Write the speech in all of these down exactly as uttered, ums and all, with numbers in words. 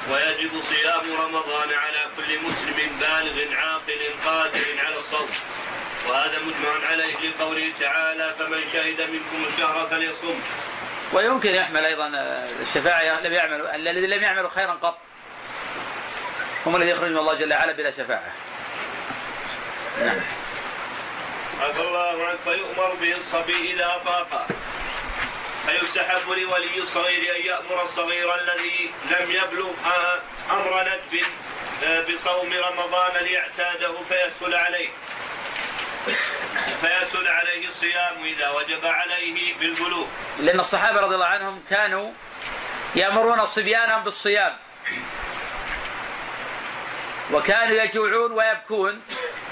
ويجب صيام رمضان على كل مسلم بالغ عاقل قادر على الصوم، وهذا مجمع عليه لقوله تعالى فمن شهد منكم الشهر فليصم. ويمكن يحمل أيضا الشفاعة لم يعملوا الذي لم يعملوا خيرا قط هم الذي يخرجون الله جل وعلا بلا شفاعة. نعم. عفى الله عنك. فيؤمر به الصبي إذا أطاق. فيستحب لولي الصغير أن يأمر الصغير الذي لم يبلغ أمر ندب بصوم رمضان ليعتاده فيسهل عليه فيسهل عليه الصيام إذا وجب عليه بالبلوغ. لأن الصحابة رضي الله عنهم كانوا يأمرون صبيانهم بالصيام، وكانوا يجوعون ويبكون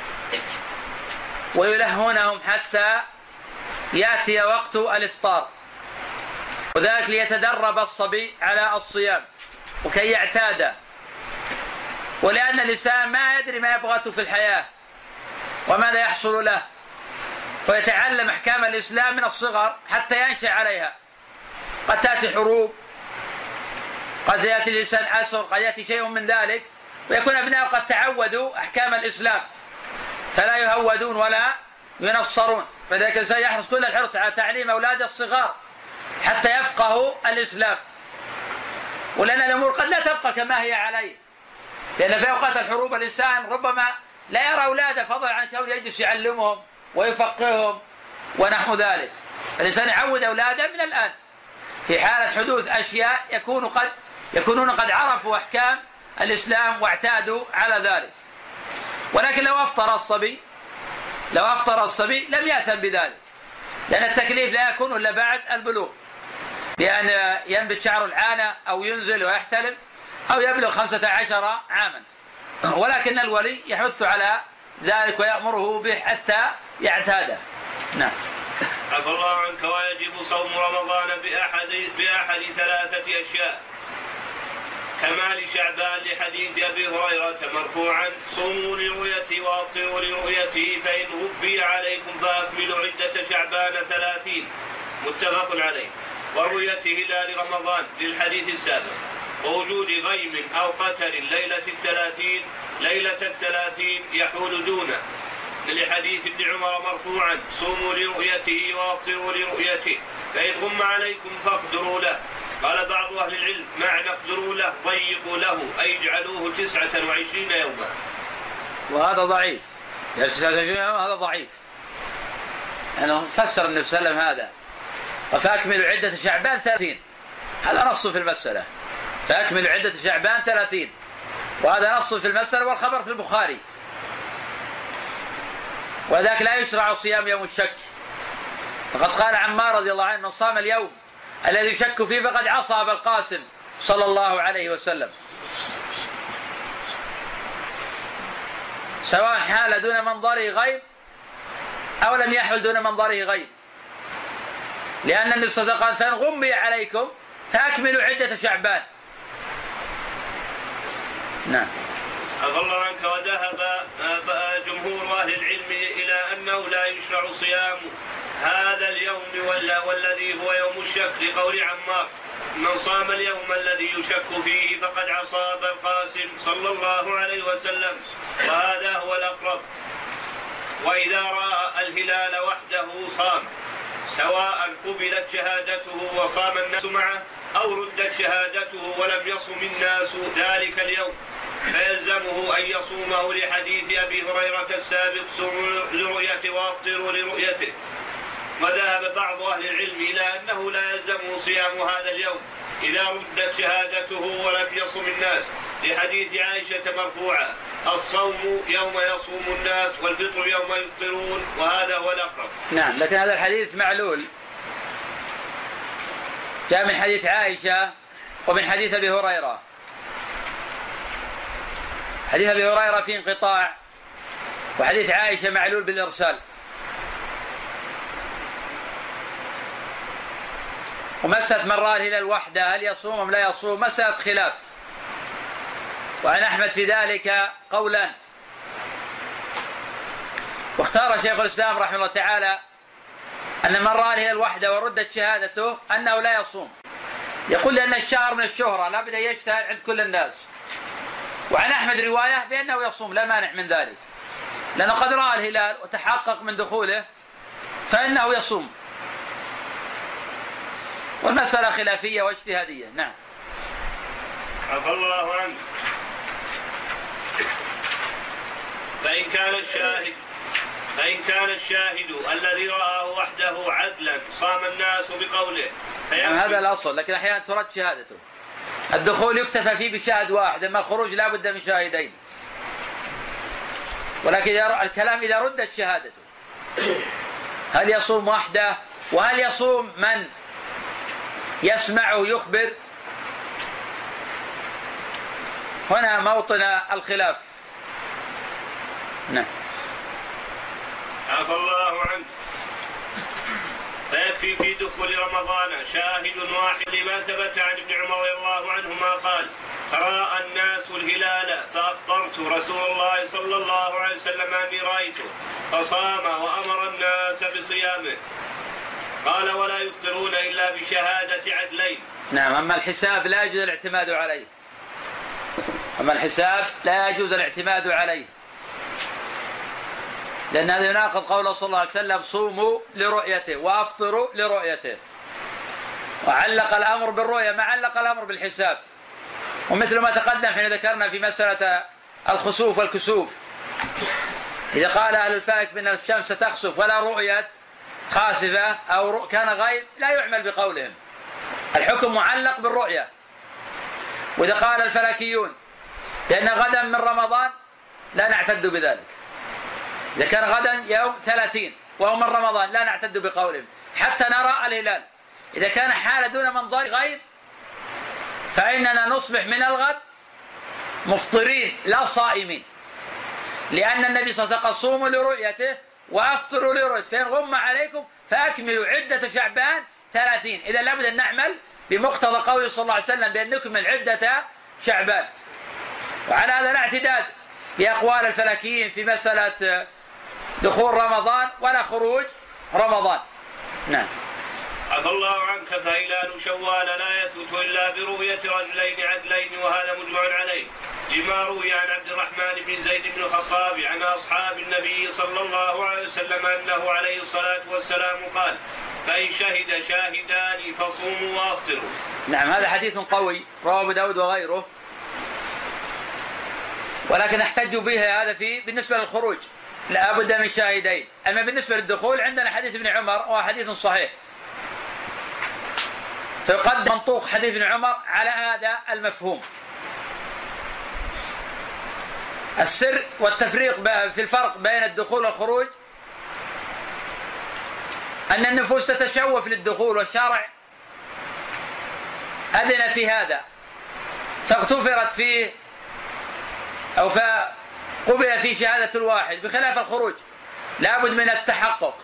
ويلهونهم حتى يأتي وقت الإفطار، وذلك ليتدرب الصبي على الصيام وكي يعتاد، ولأن الإنسان ما يدري ما يبغته في الحياة وماذا يحصل له، فيتعلم أحكام الإسلام من الصغر حتى ينشأ عليها. قد تأتي حروب، قد يأتي الإنسان أسر، قد يأتي شيء من ذلك، ويكون أبناء قد تعودوا أحكام الإسلام فلا يهودون ولا ينصرون. فذلك الإنسان يحرص كل الحرص على تعليم أولاده الصغار حتى يفقهوا الإسلام، ولأن الأمور قد لا تبقى كما هي عليه، لأن في أوقات الحروب الإنسان ربما لا يرى أولاده فضلا عن كونه يجلس يعلمهم ويفقههم ونحو ذلك. الإنسان يعود أولاده من الآن في حالة حدوث أشياء يكون قد يكونون قد عرفوا أحكام الإسلام واعتادوا على ذلك. ولكن لو أفطر الصبي لو أفطر الصبي لم يأثم بذلك، لأن التكليف لا يكون إلا بعد البلوغ، بأن ينبت شعر العانة أو ينزل ويحتلم أو يبلغ خمسة عشر عاما، ولكن الولي يحث على ذلك ويأمره به حتى يعتاده. نعم. عفى الله عنك. ويجب صوم رمضان بأحد, بأحد ثلاثة أشياء كمال شعبان لحديث أبي هريرة مرفوعا صوموا لرؤيته وأفطروا لرؤيته فإن غبي عليكم فأكملوا عدة شعبان ثلاثين متفق عليه. ورؤيته هلال رمضان للحديث السابق. ووجود غيم أو قتر ليلة الثلاثين ليلة الثلاثين يحول دونه لحديث ابن عمر مرفوعا صوموا لرؤيته وأفطروا لرؤيته فإن غم عليكم فاقدروا له. قال بعض أهل العلم معنى اقدروا له ضيقوا له أي اجعلوه تسعة وعشرين يوما، وهذا ضعيف. تسعة وعشرين يوما هذا ضعيف، يعني فسر النبي صلى الله عليه وسلم هذا فأكملوا عدة شعبان ثلاثين، هذا نص في المسألة، فأكملوا عدة شعبان ثلاثين، وهذا نص في المسألة والخبر في البخاري. وذاك لا يشرع صيام يوم الشك، فقد قال عمار رضي الله عنه من صام اليوم الذي يشك فيه فقد عصى أبا القاسم صلى الله عليه وسلم، سواء حال دون منظره غيب أو لم يحل دون منظره غيب، لأن النبي صلى الله عليه وسلم قال فإن غمي عليكم فأكملوا عدة شعبان. نعم. عفى الله عنك. وذهب جمهور أهل العلم إلى أنه لا يشرع صيام هذا اليوم ولا والذي هو يوم الشك لقول عمار من صام اليوم الذي يشك فيه فقد عصى أبا القاسم صلى الله عليه وسلم، وهذا هو الأقرب. وإذا رأى الهلال وحده صام سواء قبلت شهادته وصام الناس معه أو ردت شهادته ولم يصم الناس ذلك اليوم فيلزمه أن يصومه لحديث أبي هريرة السابق صوموا لرؤيته وأفطروا لرؤيته. وذهب بعض أهل العلم إلى أنه لا يلزمه صيام هذا اليوم إذا ردت شهادته ولم يصم الناس لحديث عائشة مرفوعة الصوم يوم يصوم الناس والفطر يوم يفطرون، وهذا هو الأقرب. نعم. لكن هذا الحديث معلول، جاء من حديث عائشة ومن حديث أبي هريرة. حديث أبي هريرة فيه انقطاع، وحديث عائشة معلول بالإرسال. ومسألة من رأى الهلال وحده هل يصوم أم لا يصوم مسألة خلاف، وعن أحمد في ذلك قولا، واختار شيخ الإسلام رحمه الله تعالى أن من رأى الهلال وحده وردت شهادته أنه لا يصوم. يقول لأن الشهر من الشهرة لا بد أن يشتهر عند كل الناس، وعن أحمد رواية بأنه يصوم لا مانع من ذلك، لأنه قد رأى الهلال وتحقق من دخوله فإنه يصوم. والمسألة خلافية واجتهادية. نعم. عفى الله عنه. فإن كان الشاهد فإن كان الشاهد الذي رآه وحده عدلا صام الناس بقوله. يعني هذا الأصل، لكن أحيانا ترد شهادته. الدخول يكتفى فيه بشاهد واحد، أما الخروج لا بد من شاهدين. ولكن الكلام إذا ردت شهادته هل يصوم وحده وهل يصوم من يسمعه يخبر؟ هنا موطن الخلاف. نعم. عفى الله عنه. فيكفي في دخول رمضان شاهد واحد لما ثبت عن ابن عمر رضي الله عنهما قال: رأى الناس الهلال فأفطرت رسول الله صلى الله عليه وسلم أني رأيته فصام وأمر الناس بصيامه. قال: ولا يفطرون إلا بشهادة عدلين. نعم. أما الحساب لا يجوز الاعتماد عليه. أما الحساب لا يجوز الاعتماد عليه، لأن هذا يناقض قوله صلى الله عليه وسلم: صوموا لرؤيته وأفطروا لرؤيته. وعلق الأمر بالرؤية ما علق الأمر بالحساب. ومثل ما تقدم حين ذكرنا في مسألة الخسوف والكسوف، إذا قال أهل الفلك بأن الشمس تخسف ولا رؤية خاسفة أو كان غيب لا يعمل بقولهم، الحكم معلق بالرؤية. وإذا قال الفلكيون لأن غدا من رمضان لا نعتد بذلك، إذا كان غدا يوم ثلاثين وهو من رمضان لا نعتد بقولهم حتى نرى الهلال. إذا كان حال دون منظر غيب فإننا نصبح من الغد مفطرين لا صائمين، لأن النبي صلى الله عليه وسلم قال: صوموا لرؤيته وأفطروا لرؤيته، فإن غم عليكم فأكملوا عدة شعبان ثلاثين. إذا لابد أن نعمل بمقتضى قوله صلى الله عليه وسلم بأن نكمل عدة شعبان. وعلى هذا الاعتداد بأقوال الفلكيين في مسألة دخول رمضان ولا خروج رمضان. نعم. عفى الله عنك. فهلال شوال لا يثبت إلا برؤية رجلين عدلين، وهذا مجمع عليه لما روي عن عبد الرحمن بن زيد بن الخطاب عن أصحاب النبي صلى الله عليه وسلم أنه عليه الصلاة والسلام قال: فإن شهد شاهدان فصوموا وأفطروا. نعم. هذا حديث قوي رواه أبو داود وغيره، ولكن احتج به هذا في بالنسبة للخروج لا بد من شاهدين. أما بالنسبة للدخول عندنا حديث ابن عمر وهو حديث صحيح، فيقدم منطوق حديث ابن عمر على هذا المفهوم. السر والتفريق في الفرق بين الدخول والخروج أن النفوس تتشوف للدخول، والشرع أذن في هذا فاغتفرت فيه أو فقبل في شهادة الواحد، بخلاف الخروج لابد من التحقق،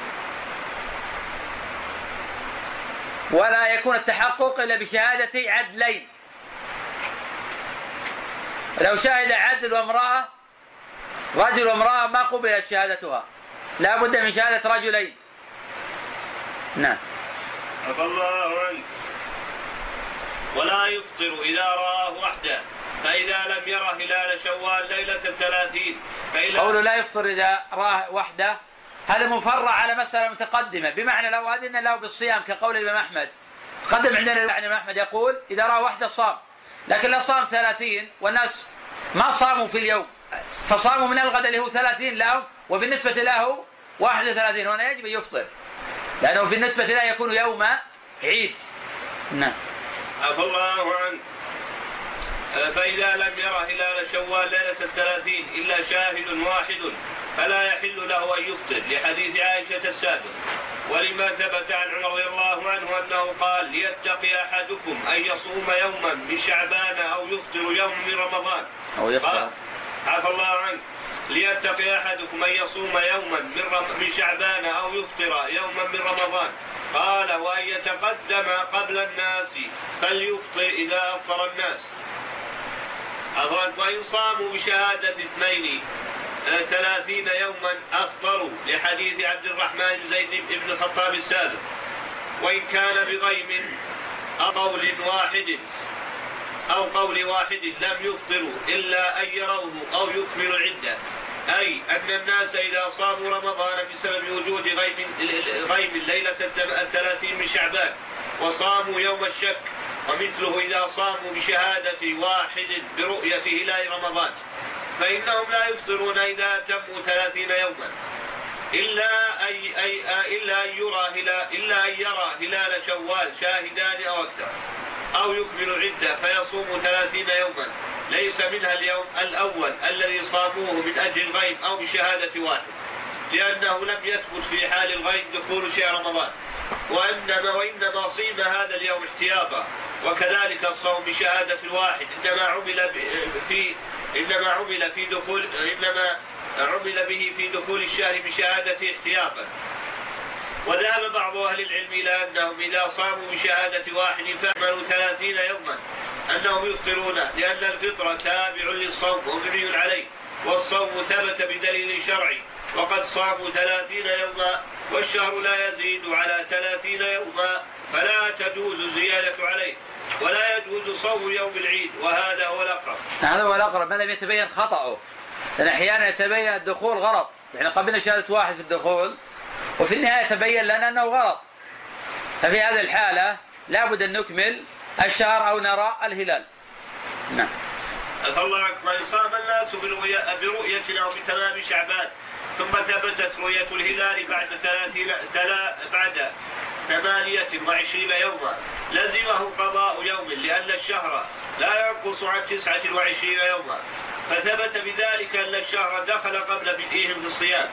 ولا يكون التحقق إلا بشهادة عدلين. لو شهد عدل وامرأة رجل وامرأة ما قبلت شهادتها، لا بد من شهادة رجلين. نعم. عفى الله عنك. ولا يفطر إذا رآه وحده، فإذا لم يره هلال شوال ليلة الثلاثين. قوله لا يفطر إذا راه وحده هذا مفرع على مسألة متقدمة، بمعنى لو أذن له بالصيام كقول الإمام أحمد. قدم عندنا الإمام أحمد يقول إذا راه وحده صام، لكن لو صام ثلاثين والناس ما صاموا في اليوم فصاموا من الغد اللي هو ثلاثين له، وبالنسبة له واحد وثلاثين، هنا يجب أن يفطر لأنه في النسبة له يكون يوم عيد. نعم. عفى الله عنه. فإذا لم يرى هلال شوال ليلة الثلاثين إلا شاهد واحد فلا يحل له أن يفطر، لحديث عائشة السابق، ولما ثبت عن عمر رضي الله عنه أنه قال: ليتقي أحدكم أن يصوم يوما من شعبان أو يفطر يوم من رمضان. أو يفطر. عفى الله عنه. ليتقي أحدكم أن يصوم يوما من, رم... من شعبان أو يفطر يوما من رمضان. قال: وأن يتقدم قبل الناس فليفطر إذا أفطر الناس. وإن صاموا بشهادة اثنين ثلاثين يوما أفطروا، لحديث عبد الرحمن بن زيد بن الخطاب السابق. وإن كان بغيم أو قول واحد أو قول واحد لم يفطروا إلا أن يروه أو يكملوا العدة، أي أن الناس إذا صاموا رمضان بسبب وجود غيم غيم ليلة الثلاثين من شعبان وصاموا يوم الشك، ومثله إذا صاموا بشهادة واحد برؤية هلال رمضان، فإنهم لا يفطرون إذا تموا ثلاثين يوما إلا أي أي إلا أن يرى هلال إلا أن يرى هلال شوال شاهدان أو أكثر، أو يكمل العدة فيصوم ثلاثين يوما ليس منها اليوم الأول الذي صاموه من أجل الغيب أو بشهادة واحد، لأنه لم يثبت في حال الغيب دخول شهر رمضان، وإنما وإنما صيم هذا اليوم احتياطا. وكذلك الصوم بشهادة الواحد إنما عمل في إنما عمل في دخول إنما عمل به في دخول الشهر بشهادة احتياطا. وذهب بعض أهل العلم إلى أنهم إذا صاموا بشهادة واحد فعملوا ثلاثين يوما أنهم يفطرون، لأن الفطر تابع للصوم ومبني عليه، والصوم ثبت بدليل شرعي، وقد صاموا ثلاثين يوما والشهر لا يزيد على ثلاثين يوما، فلا تجوز الزيادة عليه، ولا يجوز صوم يوم العيد، وهذا هو الأقرب. هذا هو الأقرب، ما لم يتبين خطأه، لأن أحيانا يتبين الدخول غلط، يعني قبلنا شهادة واحد في الدخول وفي النهاية تبين لنا أنه غلط، ففي هذه الحالة لابد أن نكمل الشهر أو نرى الهلال. نعم. الله أكبر. صام الناس برؤية, برؤية أو بتمام شعبان ثم ثبتت رؤية الهلال بعد ثلاثين ثلا بعد ثمانية وعشرين يوما لزمه قضاء يوم، لأن الشهر لا ينقص عن تسعة وعشرين يوما، فثبت بذلك أن الشهر دخل قبل بدئهم في الصيام.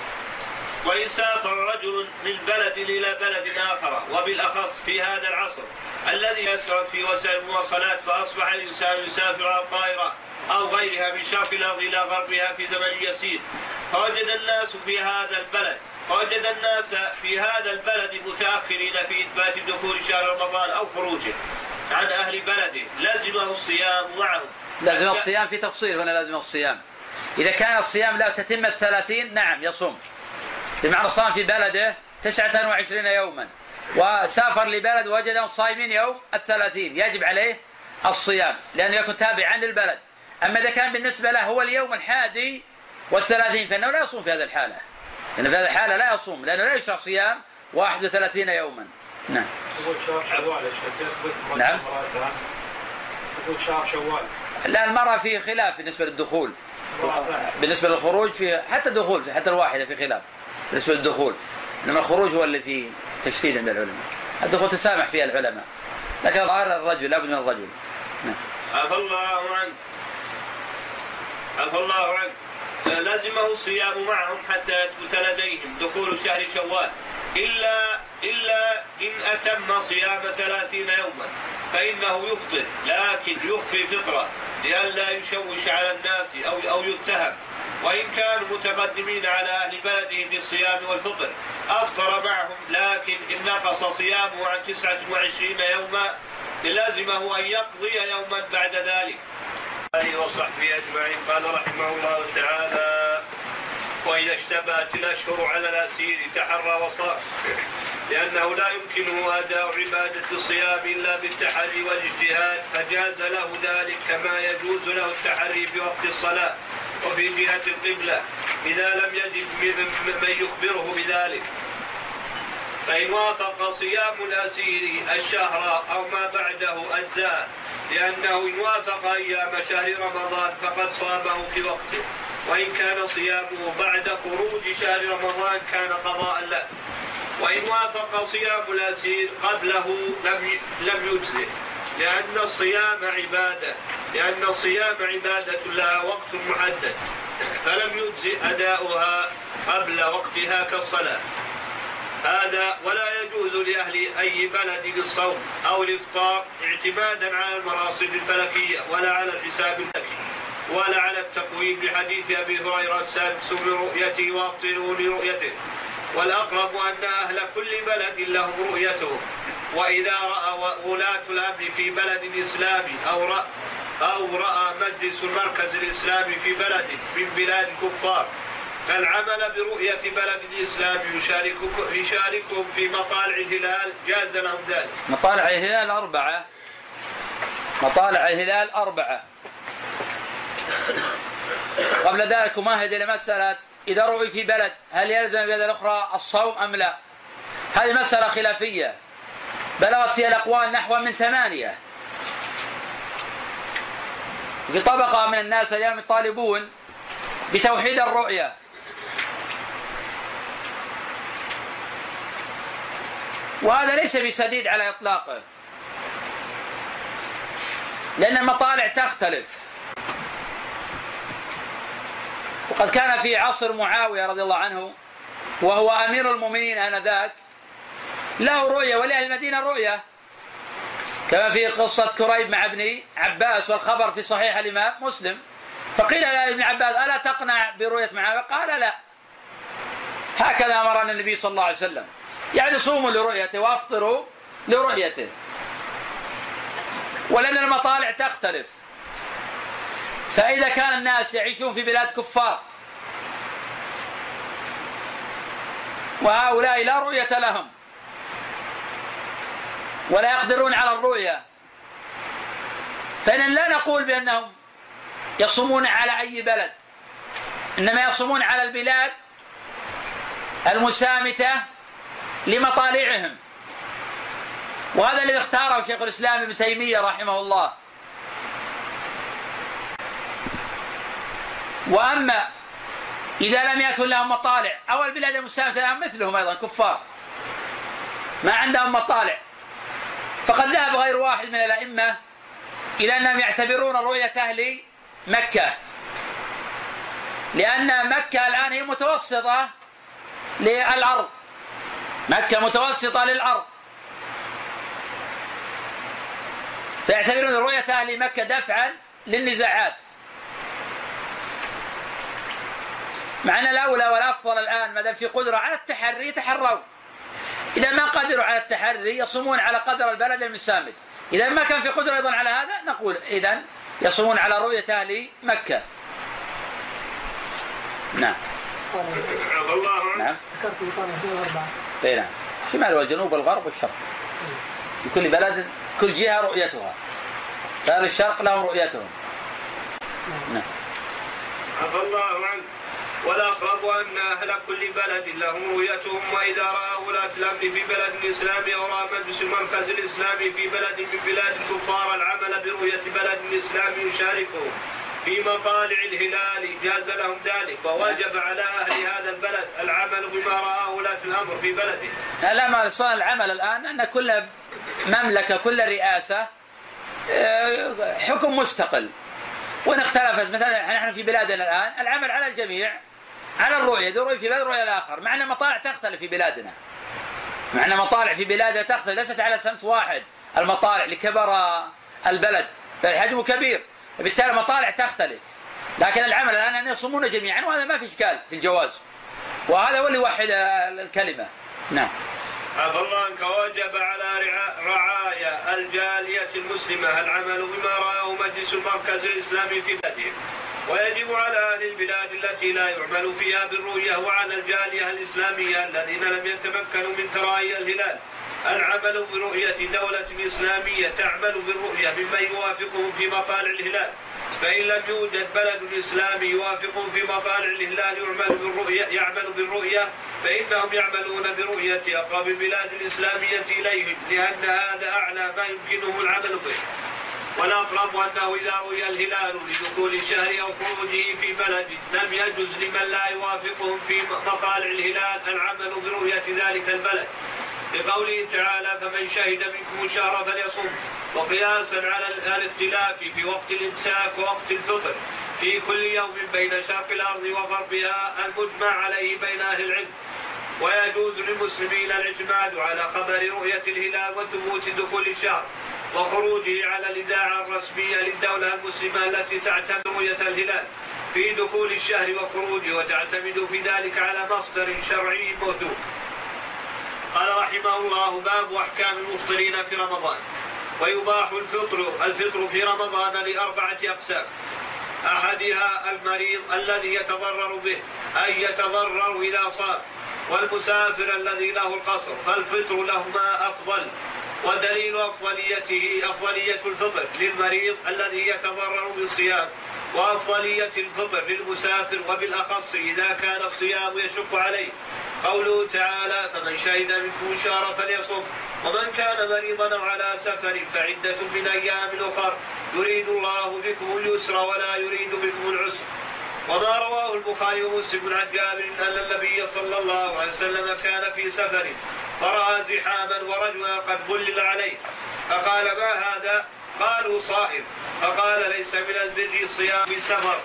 وإن سافر رجل من بلد إلى بلد آخر، وبالأخص في هذا العصر الذي يسرد في وسائل المواصلات، فأصبح الإنسان يسافر على الطائرة أو غيرها من شرق الأرض إلى غربها في زمن يسير، فوجد الناس في هذا البلد فوجد الناس في هذا البلد متأخرين في إثبات دخول شهر رمضان أو خروجه عن أهل بلده، لازمه الصيام معهم. لازم الصيام في تفصيل هنا، لازم الصيام إذا كان الصيام لا تتم الثلاثين نعم يصوم، بمعنى صام في بلده تسعة وعشرين يوما وسافر لبلد ووجدهم صائمين يوم الثلاثين، يجب عليه الصيام لأنه يكون تابعا للبلد. أما إذا كان بالنسبة له هو اليوم الحادي والثلاثين فإنه لا يصوم في هذه الحالة، لأن في هذه الحالة لا يصوم لأنه لا يشرع صيام واحد وثلاثين يوما. نعم. نعم. شهر شوال. لا، المرأة فيه خلاف بالنسبة للدخول، بالنسبة للخروج في حتى الدخول في حتى الواحدة في خلاف بالنسبة للدخول، إنما الخروج هو اللي فيه تشديد عند العلماء، الدخول تسامح فيها العلماء، لكن ظاهر الرجل لابد من الرجل. عفى الله عنه عفى الله عنه لازمه الصيام معهم حتى يثبت لديهم دخول شهر شوال، إلا إلا إن أتم صيام ثلاثين يوما فإنه يفطر، لكن يخفي فطرة لئلا يشوش على الناس أو أو يتهم. وإن كانوا متقدمين على أهل بلده في الصيام والفطر أفطر معهم، لكن إن نقص صيامه عن تسعة وعشرين يوما لازمه أن يقضي يوما بعد ذلك. آله وصحبه أجمعين. قال رحمه الله تعالى: وإذا اشتبهت الأشهر على الأسير تحرى وصام، لأنه لا يمكنه أداء عبادة الصيام إلا بالتحري والاجتهاد، فجاز له ذلك كما يجوز له التحري بوقت الصلاة وفي جهة القبلة إذا لم يجد من يخبره بذلك. فإن وافق صيام الأسير الشهر أو ما بعده أجزاء، لأنه إن وافق أيام شهر رمضان فقد صامه في وقته، وإن كان صيامه بعد خروج شهر رمضان كان قضاء له. وإن وافق صيام الأسير قبله لم لم يجزه، لأن الصيام عبادة لأن الصيام عبادة لها وقت محدد، فلم يجزئ أداؤها قبل وقتها كالصلاة. هذا ولا يجوز لأهل أي بلد الصوم أو الإفطار اعتمادا على المراصد الفلكية ولا على الحساب الفلكي ولا على التقويم، لحديث أبي هريرة: السادس من رؤيته وأفطروا لرؤيته. والأقرب أن أهل كل بلد لهم رؤيتهم، وإذا رأى ولاة الأمر في بلد إسلامي أو رأى أو رأى مجلس المركز الإسلامي في بلد من بلاد الكفار فالعمل برؤية بلد الإسلام يشاركهم في مطالع الهلال جاز لهم ذلك. مطالع الهلال أربعة: مطالع الهلال أربعة. قبل ذلك أمهد إلى مسألة إذا رؤي في بلد هل يلزم البلد الأخرى الصوم أم لا؟ هذه مسألة خلافية بلغت فيها الأقوال نحو من ثمانية. في طبقة من الناس اليوم يطالبون بتوحيد الرؤية، وهذا ليس بسديد على إطلاقه، لأن المطالع تختلف. وقد كان في عصر معاوية رضي الله عنه وهو أمير المؤمنين آنذاك له رؤية ولأهل المدينة رؤية، كما في قصة كريب مع ابن عباس والخبر في صحيح الإمام مسلم. فقيل لابن عباس ألا تقنع برؤية معاوية؟ قال لا، هكذا أمرنا النبي صلى الله عليه وسلم، يعني صوموا لرؤيته وافطروا لرؤيته. ولأن المطالع تختلف، فإذا كان الناس يعيشون في بلاد كفار وهؤلاء لا رؤية لهم ولا يقدرون على الرؤية، فإن لا نقول بأنهم يصومون على أي بلد، إنما يصومون على البلاد المسامتة لمطالعهم. وهذا الذي اختاره شيخ الإسلام ابن تيمية رحمه الله. وأما إذا لم يكن لهم مطالع أو البلاد المسامتة لهم مثلهم أيضا كفار ما عندهم مطالع، فقد ذهب غير واحد من الأئمة إلى أنهم يعتبرون رؤية أهل مكة، لأن مكة الآن هي متوسطة للأرض، مكة متوسطة للأرض، فيعتبرون رؤية أهل مكة دفعا للنزاعات. مع أن الأولى والأفضل الآن ما دام في قدرة على التحري يتحرون، إذا ما قدروا على التحري يصومون على قدر البلد المسامد، إذا ما كان في قدرة أيضا على هذا نقول إذن يصومون على رؤية أهل مكة. نعم. نعم. ذكرت مطالع اثنين وأربعة. إيه نعم. الشمال والجنوب والغرب والشرق. في كل بلد كل جهة رؤيتها. فأهل الشرق لهم رؤيتهم. نعم. عفى الله عنك. والأقرب أن أهل كل بلد لهم رؤيتهم، وإذا رأى ولاة الأمر في بلد إسلامي أو رأى مجلس المركز الإسلامي في بلد من بلاد الكفار العمل برؤية بلد إسلامي يشاركهم في مطالع الهلال جاز لهم ذلك، ووجب على أهل هذا البلد العمل بما رأى ولاة الأمر في بلده. لا، ما صار العمل الآن أن كل مملكة كل رئاسة حكم مستقل، وإن اختلفت مثلا نحن في بلادنا الآن العمل على الجميع على الرؤية، ذو رؤية في بلد رؤية الآخر، مع أن مطالع تختلف في بلادنا، مع أن مطالع في بلادنا تختلف، ليست على سمت واحد المطالع لكبر البلد، فالحجم كبير، بالتالي المطالع تختلف، لكن العمل الآن أن يصومون جميعا، وهذا ما في إشكال في الجواز، وهذا هو اللي يوحد الكلمة. نعم. عفى الله عنك. وجب على رعايا الجالية المسلمة العمل بما رآه مجلس المركز الإسلامي في بلدهم، ويجب على أهل البلاد التي لا يعمل فيها بالرؤية وعلى الجالية الإسلامية الذين لم يتمكنوا من تراعي الهلال العمل برؤية دولة إسلامية تعمل بالرؤية ممن يوافقهم في مطالع الهلال، فإن لم يوجد بلد إسلامي يوافقهم في مطالع الهلال يعمل بالرؤية يعمل بالرؤية فإنهم يعملون برؤية أقرب البلاد الإسلامية إليهم، لأن هذا أعلى ما يمكنهم العمل به. والأقرب أنه إذا رؤي الهلال لدخول الشهر أو خروجه في بلد لم يجوز لمن لا يوافقهم في مطالع الهلال العمل برؤية ذلك البلد، لقوله تعالى فمن شهد منكم الشهر فليصم، وقياسا على الاختلاف في وقت الإمساك ووقت الفطر في كل يوم بين شرق الأرض وغربها المجمع عليه بين أهل العلم. ويجوز للمسلمين الاعتماد على خبر رؤية الهلال وثبوت دخول الشهر وخروجه على الإذاعة الرسمية للدولة المسلمة التي تعتمد رؤية الهلال في دخول الشهر وخروجه، وتعتمد في ذلك على مصدر شرعي موثوق. قال رحمه الله باب أحكام المفطرين في رمضان. ويباح الفطر الفطر في رمضان لأربعة أقسام: أحدها المريض الذي يتضرر به أي يتضرر إذا صام، والمسافر الذي له القصر فالفطر لهما أفضل، ودليل أفضليته أفضلية الفطر للمريض الذي يتضرر بالصيام، وأفضلية الفطر للمسافر وبالأخص إذا كان الصيام يشق عليه. قوله تعالى: فمن شهد منكم الشهر فليصم، ومن كان مريضا أو على سفر فعدة من أيام أخر يريد الله بكم اليسر ولا يريد بكم العسر. وما رواه البخاري ومسلم عن جابر أن النبي صلى الله عليه وسلم كان في سفر فرأى زحاما ورجلا قد ظلل عليه فقال: ما هذا؟ قالوا: صائم. فقال: ليس من البر الصيام في السفر،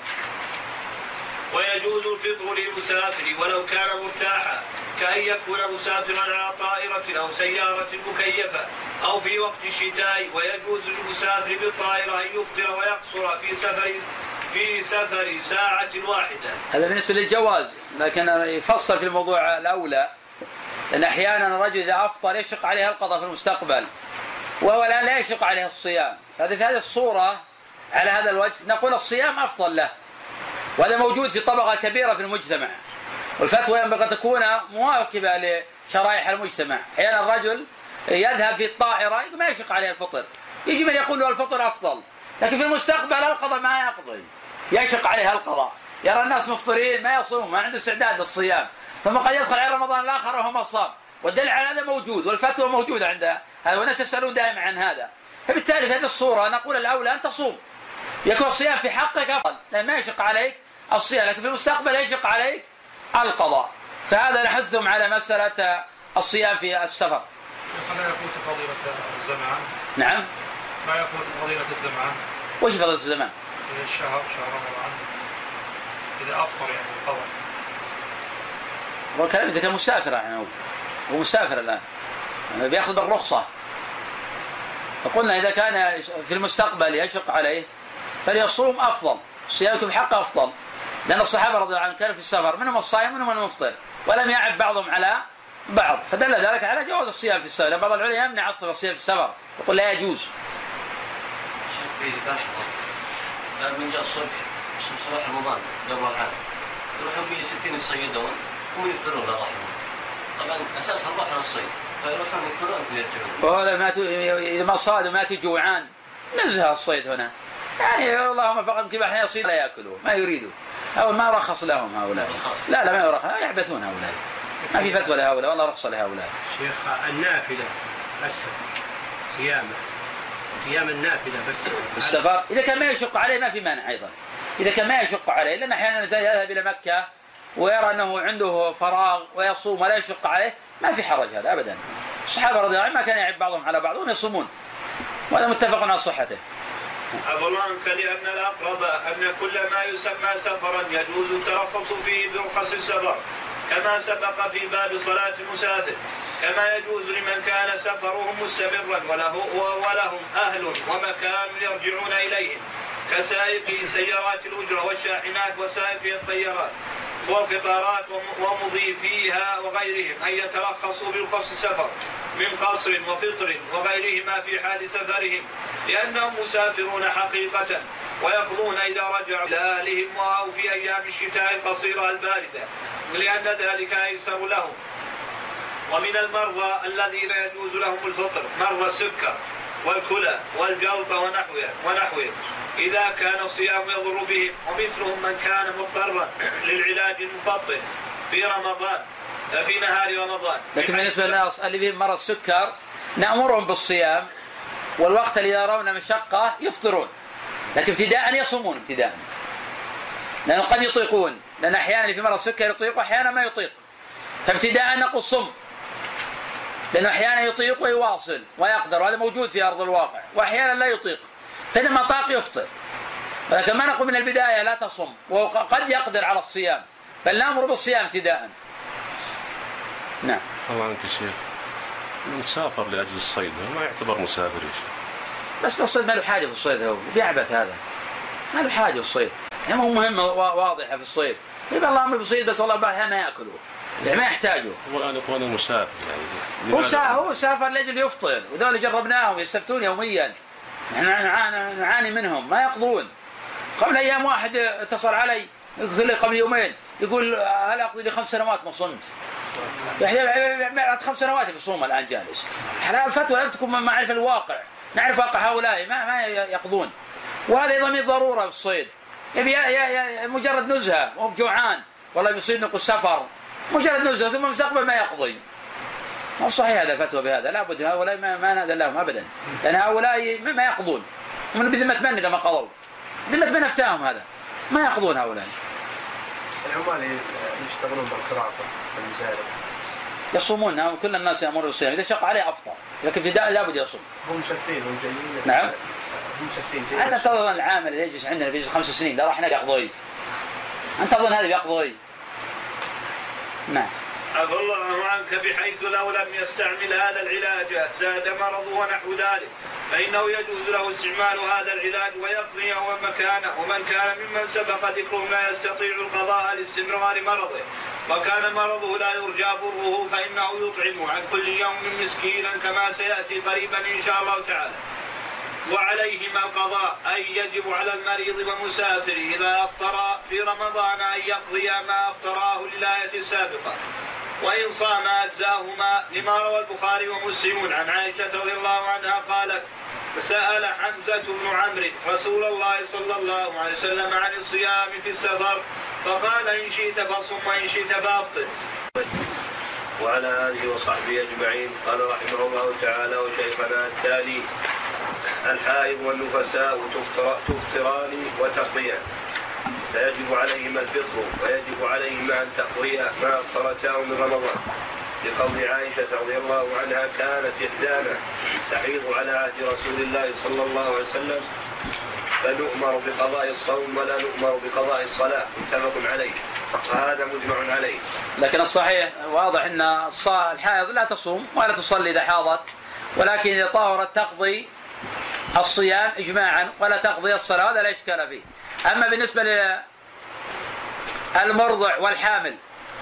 ويجوز الفطر للمسافر ولو كان مرتاحا، كأن يكون مسافرا على طائرة أو سيارة مكيفة أو في وقت الشتاء. ويجوز للمسافر بالطائرة أن يفطر ويقصر في سفر في سفر ساعة واحدة. هذا بالنسبة للجواز، لكن يفصل في الموضوع الأولى، لأن أحيانا الرجل إذا أفطر يشق عليه القضاء في المستقبل وهو الآن لا يشق عليه الصيام، فهذه في هذه الصورة على هذا الوجه نقول الصيام أفضل له، وهذا موجود في طبقة كبيرة في المجتمع، والفتوى ينبغي أن تكون مواكبة لشرائح المجتمع. أحيانا الرجل يذهب في الطائرة ما يشق عليه الفطر، يجي من يقول له الفطر أفضل، لكن في المستقبل القضاء ما يقضي، يشق عليه القضاء، يرى الناس مفطرين ما يصومون، ما عنده استعداد للصيام، ثم قد يدخل على رمضان الآخر وهو ما صام، والدليل على هذا موجود والفتوى موجودة عندها هذا، والناس يسألون دائما عن هذا. فبالتالي في هذه الصورة نقول الأولى أن تصوم، يكون الصيام في حقك أفضل لأن ما يشق عليك الصيام، لكن في المستقبل يشق عليك القضاء، فهذا نحثهم على مسألة الصيام في السفر. ما يفوت فضيلة الزمان؟ نعم. ما يفوت فضيلة الزمان؟ وش فضيلة الزمان؟ إذا الشهر شهر رمضان إذا أفطر يعني القضاء. والكلام إذا كان مسافر يعني هو هو مسافر الآن بيأخذ بالرخصة، فقلنا إذا كان في المستقبل يشق عليه فليصوم أفضل، الصيام في حقه أفضل، لأن الصحابة رضي الله عنهم كانوا في السفر منهم الصائم منهم المفطر ولم يعب بعضهم على بعض، فدل ذلك على جواز الصيام في السفر. بعض العلماء يمنع أصلا الصيام في السفر يقول لا يجوز. شيخ في لحظة قال من جاء الصبح صباح رمضان قبل العام يروحون به ستين يصيدون هم يفطرون لا رحمة، طبعا أساس الرحمة الصيد فيروحون يفطرون ويرجعون. ولا ما ت... إذا ما صادوا ما تجوعان نزه الصيد هنا، يعني اللهم فقط كيف أحيانا يصيد لا يأكلوا ما يريدوا، أو ما رخص لهم هؤلاء، لا لا ما يرخص، يعبثون هؤلاء، ما في فتوى لهؤلاء والله رخص لهؤلاء. شيخ النافلة بس صيامه صيام النافلة بس السفر إذا كان ما يشق عليه ما في مانع أيضا، إذا كان ما يشق عليه، لأن أحيانا يذهب إلى مكة ويرى أنه عنده فراغ ويصوم ولا يشق عليه ما في حرج هذا أبدا. الصحابة رضي الله عنهم ما كان يعب بعضهم على بعض وهم يصومون، وهذا متفق على صحته. أظنك لأن الأقرب أن كل ما يسمى سفرا يجوز الترخص فيه برخص السفر كما سبق في باب صلاة المسافر، كما يجوز لمن كان سفرهم مستمرا وله ولهم أهل ومكان يرجعون إليهم كسائقي سيارات الأجرة والشاحنات وسائقي الطيارات والقطارات ومضيفيها وغيرهم أن يترخصوا برخص السفر من قصر وفطر وغيرهما في حال سفرهم، لأنهم مسافرون حقيقة ويقضون إذا رجعوا إلى أهلهم أو في أيام الشتاء القصيرة الباردة، لأن ذلك أيسر لهم. ومن المرضى الذين يجوز لهم الفطر مرضى السكر والكلى والجلطة ونحوه إذا كان الصيام يضر بهم، ومثلهم من كان مضطرا للعلاج المفطر في رمضان في نهار رمضان. لكن بالنسبة للناس اللي بهم مرض السكر نأمرهم بالصيام، والوقت اللي يرون مشقة يفطرون، لكن ابتداء يصومون ابتداء، لأنه قد يطيقون، لأن أحيانا في مرض السكر يطيق وأحيانا ما يطيق، فابتداء نقول صم، لأنه أحيانا يطيق ويواصل ويقدر، وهذا موجود في أرض الواقع، وأحيانا لا يطيق، فإنما طاق يفطر، ولكن ما نقول من البداية لا تصم، وقد يقدر على الصيام، بل نأمر بالصيام ابتداء. نعم. الله عنك شيخ، من سافر لأجل الصيد ما يعتبر مسافر يا شيخ؟ بس بالصيد ما له حاجة في الصيد، هو بيعبث هذا، ما له حاجة في الصيد، يعني مو مهمة واضحة في الصيد، يبقى الله أمر بالصيد بس والله بعدها ما يأكله، يعني ما يحتاجه. هو الآن يقول مسافر يعني هو سافر هو سافر لأجل يفطر، وذول جربناهم يستفتون يوميا، نحن نعاني منهم ما يقضون. قبل أيام واحد اتصل علي يقول لي قبل يومين يقول هل أقضي لي خمس سنوات ما صمت، بعد خمس سنوات بيصوم الآن جالس. الفتوى تكون ما نعرف الواقع، نعرف واقع هؤلاء ما ما يقضون. وهذا أيضا من ضرورة في الصيد، يبي مجرد نزهة مو بجوعان والله بيصيد نقول سفر، مجرد نزهة ثم مستقبل ما يقضي. مو صحيح هذا الفتوى بهذا، لا بد هؤلاء ما ما نأذن لهم أبدا، لأن هؤلاء ما يقضون. من بذمة من إذا ما قضوا؟ ذمة من أفتاهم هذا؟ ما يقضون هؤلاء. العمال يشتغلون بالخرافة بالمزارع يصومون، كل الناس يأمرون بالصيام، إذا شق عليه أفطر، لكن في الداء لابد يصوم. هم شاكين هم جايين. نعم. هم شاكين جايين. أنت تظن العامل اللي يجلس عندنا بيجلس خمس سنين لا راح يقضي؟ أنت تظن هذا بيقضي؟ نعم. عفى الله عنك بحيث لو لم يستعمل هذا العلاج زاد مرضه ونحو ذلك، فإنه يجوز له استعمال هذا العلاج ويقضي يوما مكانه. ومن كان ممن سبق ذكرهم لا يستطيع القضاء لاستمرار مرضه وكان مرضه لا يرجى بره فإنه يطعم عن كل يوم مسكينا كما سيأتي قريبا إن شاء الله تعالى. وعليهما القضاء، أي يجب على المريض والمسافر إذا أفطر في رمضان أن يقضي ما أفطراه للآية السابقة، وإن صام أجزاهما، لما روى البخاري ومسلم عن عائشة رضي الله عنها قالت: سأل حمزة بن عمرو رسول الله صلى الله عليه وسلم عن الصيام في السفر فقال: إن شئت فصم وإن شئت فأفطر. وعلى آله وصحبه أجمعين. قال رحمه الله تعالى: وشيخنا التالي: الحائض والنفساء تفطران وتقضيان، فيجب عليهما الفطر ويجب عليهما أن تقضيا ما أفطرتاه من رمضان، لقول عائشة رضي الله عنها: كانت إحدانا تحيض على عهد رسول الله صلى الله عليه وسلم فنؤمر بقضاء الصوم ولا نؤمر بقضاء الصلاة، متفق عليه، وهذا مجمع عليه. لكن الصحيح واضح أن الحائض لا تصوم ولا تصلي إذا حاضت، ولكن إذا طهرت تقضي الصيام إجماعا ولا تقضي الصلاة، هذا لا إشكال فيه. أما بالنسبة للمرضع والحامل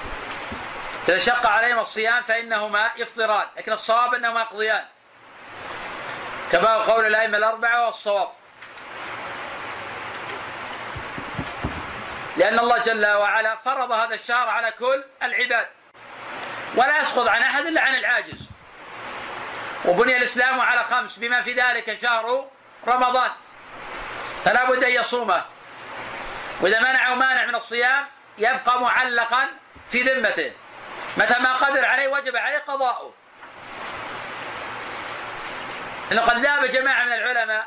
إذا شق عليهم الصيام فإنهما يفطران، لكن الصواب أنهما يقضيان كما هو قول الأئمة الأربعة والصواب، لأن الله جل وعلا فرض هذا الشهر على كل العباد ولا يسقط عن أحد إلا عن العاجز. وبني الإسلام على خمس بما في ذلك شهر رمضان، فلا بد أن يصومه، وإذا منعه مانع من الصيام يبقى معلقا في ذمته، متى ما قدر عليه وجب عليه قضاؤه. إنه قد ذهب جماعة من العلماء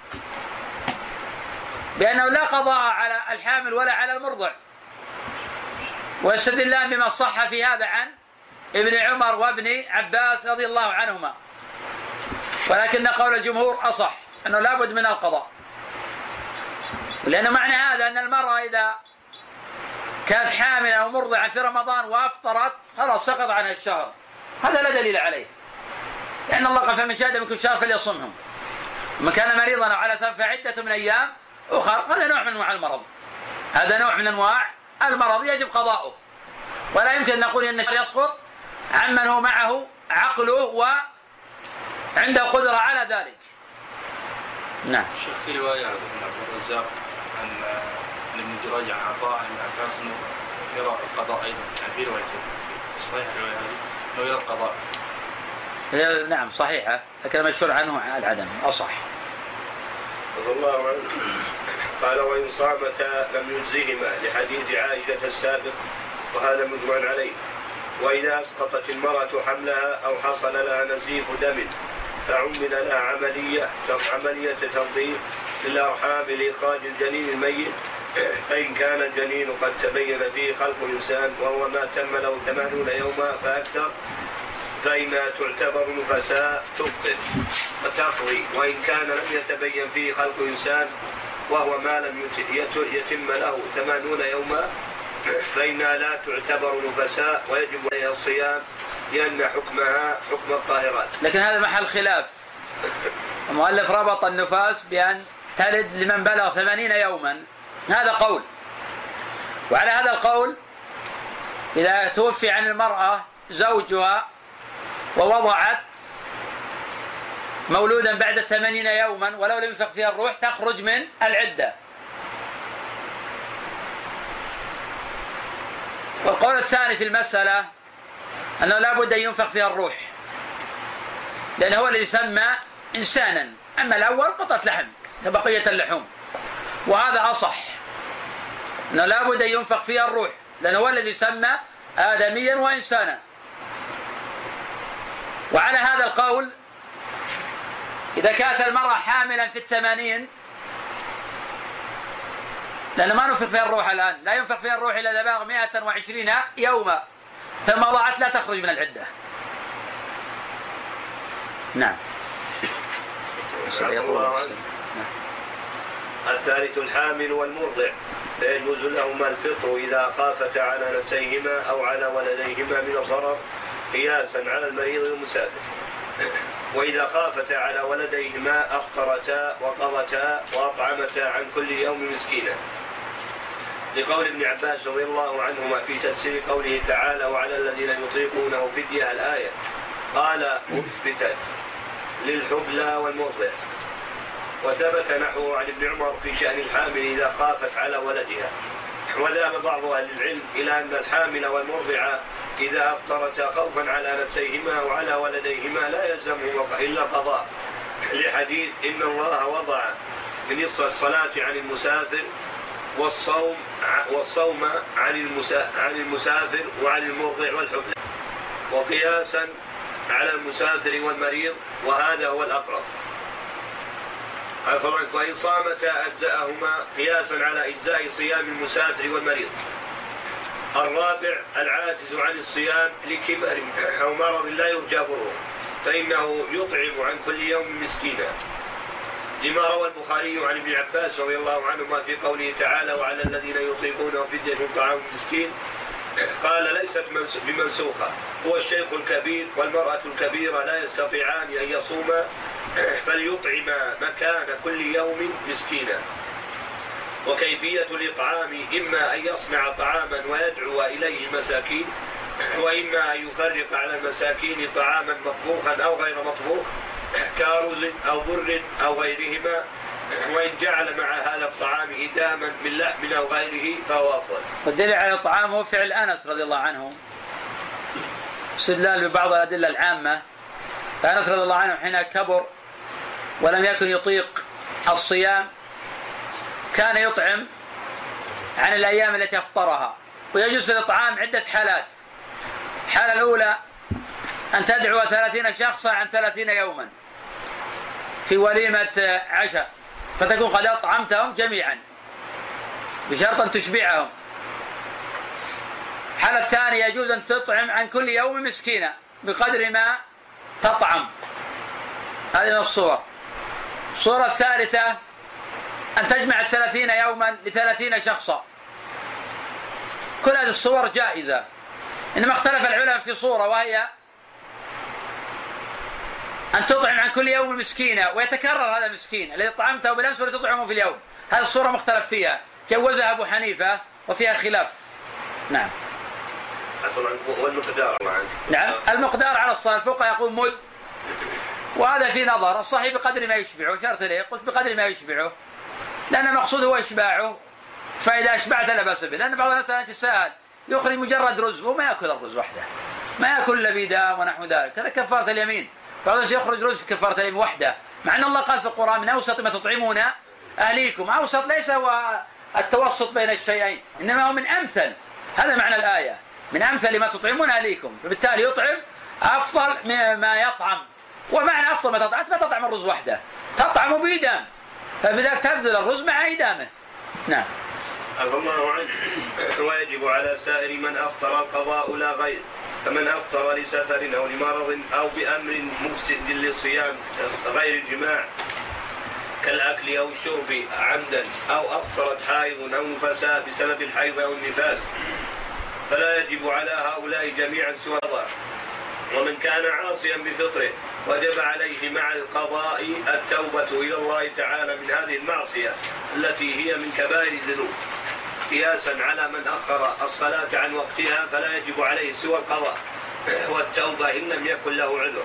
بأنه لا قضاء على الحامل ولا على المرضع، ويستدلان بما صح في هذا عن ابن عمر وابن عباس رضي الله عنهما، ولكن قول الجمهور أصح أنه لا بد من القضاء، لأن معنى هذا أن المرأة إذا كانت حاملة أو مرضعة في رمضان وأفطرت خلاص سقط عنها الشهر، هذا لا دليل عليه، لأن الله قال: فمن شهد منكم الشهر فليصمهم، ومن كان مريضا أو على سفر فعدة من أيام أخر. هذا نوع من أنواع المرض، هذا نوع من أنواع المرض يجب قضاؤه، ولا يمكن أن نقول أن الشهر يسقط عمن هو معه عقله وعنده قدرة على ذلك. نعم. شيخ في رواية عن عبد الرزاق عن ابن جريج عن عطاء عن عباس أنه يرى القضاء أيضا، في رواية صحيح الرواية هذه أنه يرى القضاء. نعم صحيحة، لكن المشهور عنه العدم أصح. رضي الله عنه قال: وإن صامتا لم يجزهما، لحديث عائشة السابق، وهذا مجمع عليه. وإذا أسقطت المرأة حملها أو حصل لها نزيف دم فعمل لها عملية عملية تنظيف للأرحام لإخراج الجنين الميت، فإن كان الجنين قد تبين فيه خلق الإنسان وهو ما تم له ثمانون يوما فأكثر فإنها تعتبر نفساء تفطر وتقضي، وإن كان لم يتبين فيه خلق إنسان وهو ما لم يتم له ثمانون يوما فإنها لا تعتبر نفساء ويجب عليها الصيام، لأن حكمها حكم الطاهرات. لكن هذا محل خلاف، المؤلف ربط النفاس بأن تلد لمن بلغ ثمانين يوما، هذا قول. وعلى هذا القول إذا توفي عن المرأة زوجها ووضعت مولودا بعد ثمانين يوما ولو لم ينفخ فيها الروح تخرج من العدة. والقول الثاني في المسألة أنه لا بد أن ينفخ فيها الروح، لأنه هو الذي سمى إنسانا، أما الأول قطعة لحم كبقية اللحوم، وهذا أصح أنه لا بد أن ينفخ فيها الروح، لأنه هو الذي سمى آدميا وإنسانا. وعلى هذا القول إذا كانت المرأة حاملا في الثمانين، لأنه ما نفخ فيها الروح الآن، لا ينفخ فيها الروح إلا إذا بلغ مائة وعشرين يوما، ثم ضاعت لا تخرج من العدة. نعم. الثالث الحامل والمرضع، فيجوز لهما الفطر إذا خافتا على نفسيهما أو على ولديهما من الضرر قياسا على المريض والمسافر، وإذا خافتا على ولديهما أفطرتا وقضتا وأطعمتا عن كل يوم مسكينا، لقول ابن عباس رضي الله عنهما في تفسير قوله تعالى وعلى الذين يطيقونه فدية الآية، قال أثبتت للحبلى والمرضع. وثبت نحوه عن ابن عمر في شأن الحامل إذا خافت على ولدها. وذهب بعض أهل العلم إلى أن الحامل والمرضع إذا أفطرتا خوفا على نفسيهما وعلى ولديهما لا يلزمهما إلا قضاء، لحديث إن الله وضع نصف الصلاة عن المسافر والصوم والصوم عن عن المسافر وعن المرضع والحبلى، وقياسا على المسافر والمريض، وهذا هو الأقرب. وإن صامتا أجزأهما قياسا على إجزاء صيام المسافر والمريض. الرابع العاجز عن الصيام لكبر أو مرض لا يرجى بره، فإنه يطعم عن كل يوم مسكينا، لما روى البخاري عن ابن عباس رضي الله عنهما في قوله تعالى وعلى الذين يطيقونه فدية طعام مسكين، قال ليست بمنسوخة، هو الشيخ الكبير والمرأة الكبيرة لا يستطيعان أن يصوما فليطعما مكان كل يوم مسكينا. وكيفية الإطعام إما أن يصنع طعاما ويدعو إليه المساكين، وإما أن يفرق على المساكين طعاما مطبوخا أو غير مطبوخ كارز أو بر أو غيرهما، وإن جعل مع هذا الطعام إداما من لحم أو غيره فهو أفضل. والدليل على الطعام هو فعل أنس رضي الله عنه، استدلال ببعض الأدلة العامة. فأنس رضي الله عنه حين كبر ولم يكن يطيق الصيام كان يطعم عن الأيام التي أفطرها، ويجوز في الإطعام عدة حالات. الحالة الأولى أن تدعو ثلاثين شخصا عن ثلاثين يوما في وليمة عشاء، فتكون قد أطعمتهم جميعا بشرط أن تشبعهم. الحالة الثانية يجوز أن تطعم عن كل يوم مسكينا بقدر ما تطعم، هذه من الصور. الصورة الثالثة أن تجمع الثلاثين يوما لثلاثين شخصا. كل هذه الصور جائزة، إنما اختلف العلماء في صورة، وهي أن تطعم عن كل يوم مسكينا ويتكرر هذا المسكين الذي طعمته بالأمس ولا تطعمه في اليوم. هذه الصورة مختلف فيها، جوزها أبو حنيفة وفيها خلاف. نعم. والمقدار نعم المقدار على الصلاة، الفقهاء يقول مد، وهذا في نظر. الصحيح بقدر ما يشبعه، شرط ليه قلت بقدر ما يشبعه، لأن المقصود هو إشباعه، فإذا أشبعت لا بأس به. لأن بعض الناس يتساءل يخرج مجرد رز وما يأكل الرز وحده، ما يأكل لبيدام ونحو ذلك، هذا كفارة اليمين. بعض الناس يخرج رز في كفارة اليمين وحده، مع أن الله قال في القرآن من أوسط ما تطعمون أهليكم. أوسط ليس هو التوسط بين الشيئين، إنما هو من أمثل، هذا معنى الآية، من أمثل ما تطعمون أهليكم، فبالتالي يطعم أفضل ما يطعم. ومعنى أفضل ما تطعم ما تطعم الرز وحده، تطعم بإدام، فبذلك تبذل الرز مع إدامه. نعم. عفى الله عنه. ويجب على سائر من أفطر القضاء لا غير، فمن أفطر لسفر أو لمرض أو بأمر مفسد للصيام غير الجماع كالأكل أو الشرب عمدا، أو أفطرت حائض أو نفساء بسبب الحيض أو النفاس، فلا يجب على هؤلاء جميعا سوى القضاء. ومن كان عاصيا بفطره وجب عليه مع القضاء التوبة إلى الله تعالى من هذه المعصية التي هي من كبائر الذنوب، قياسا على من أخر الصلاة عن وقتها فلا يجب عليه سوى القضاء والتوبة إن لم يكن له عذر.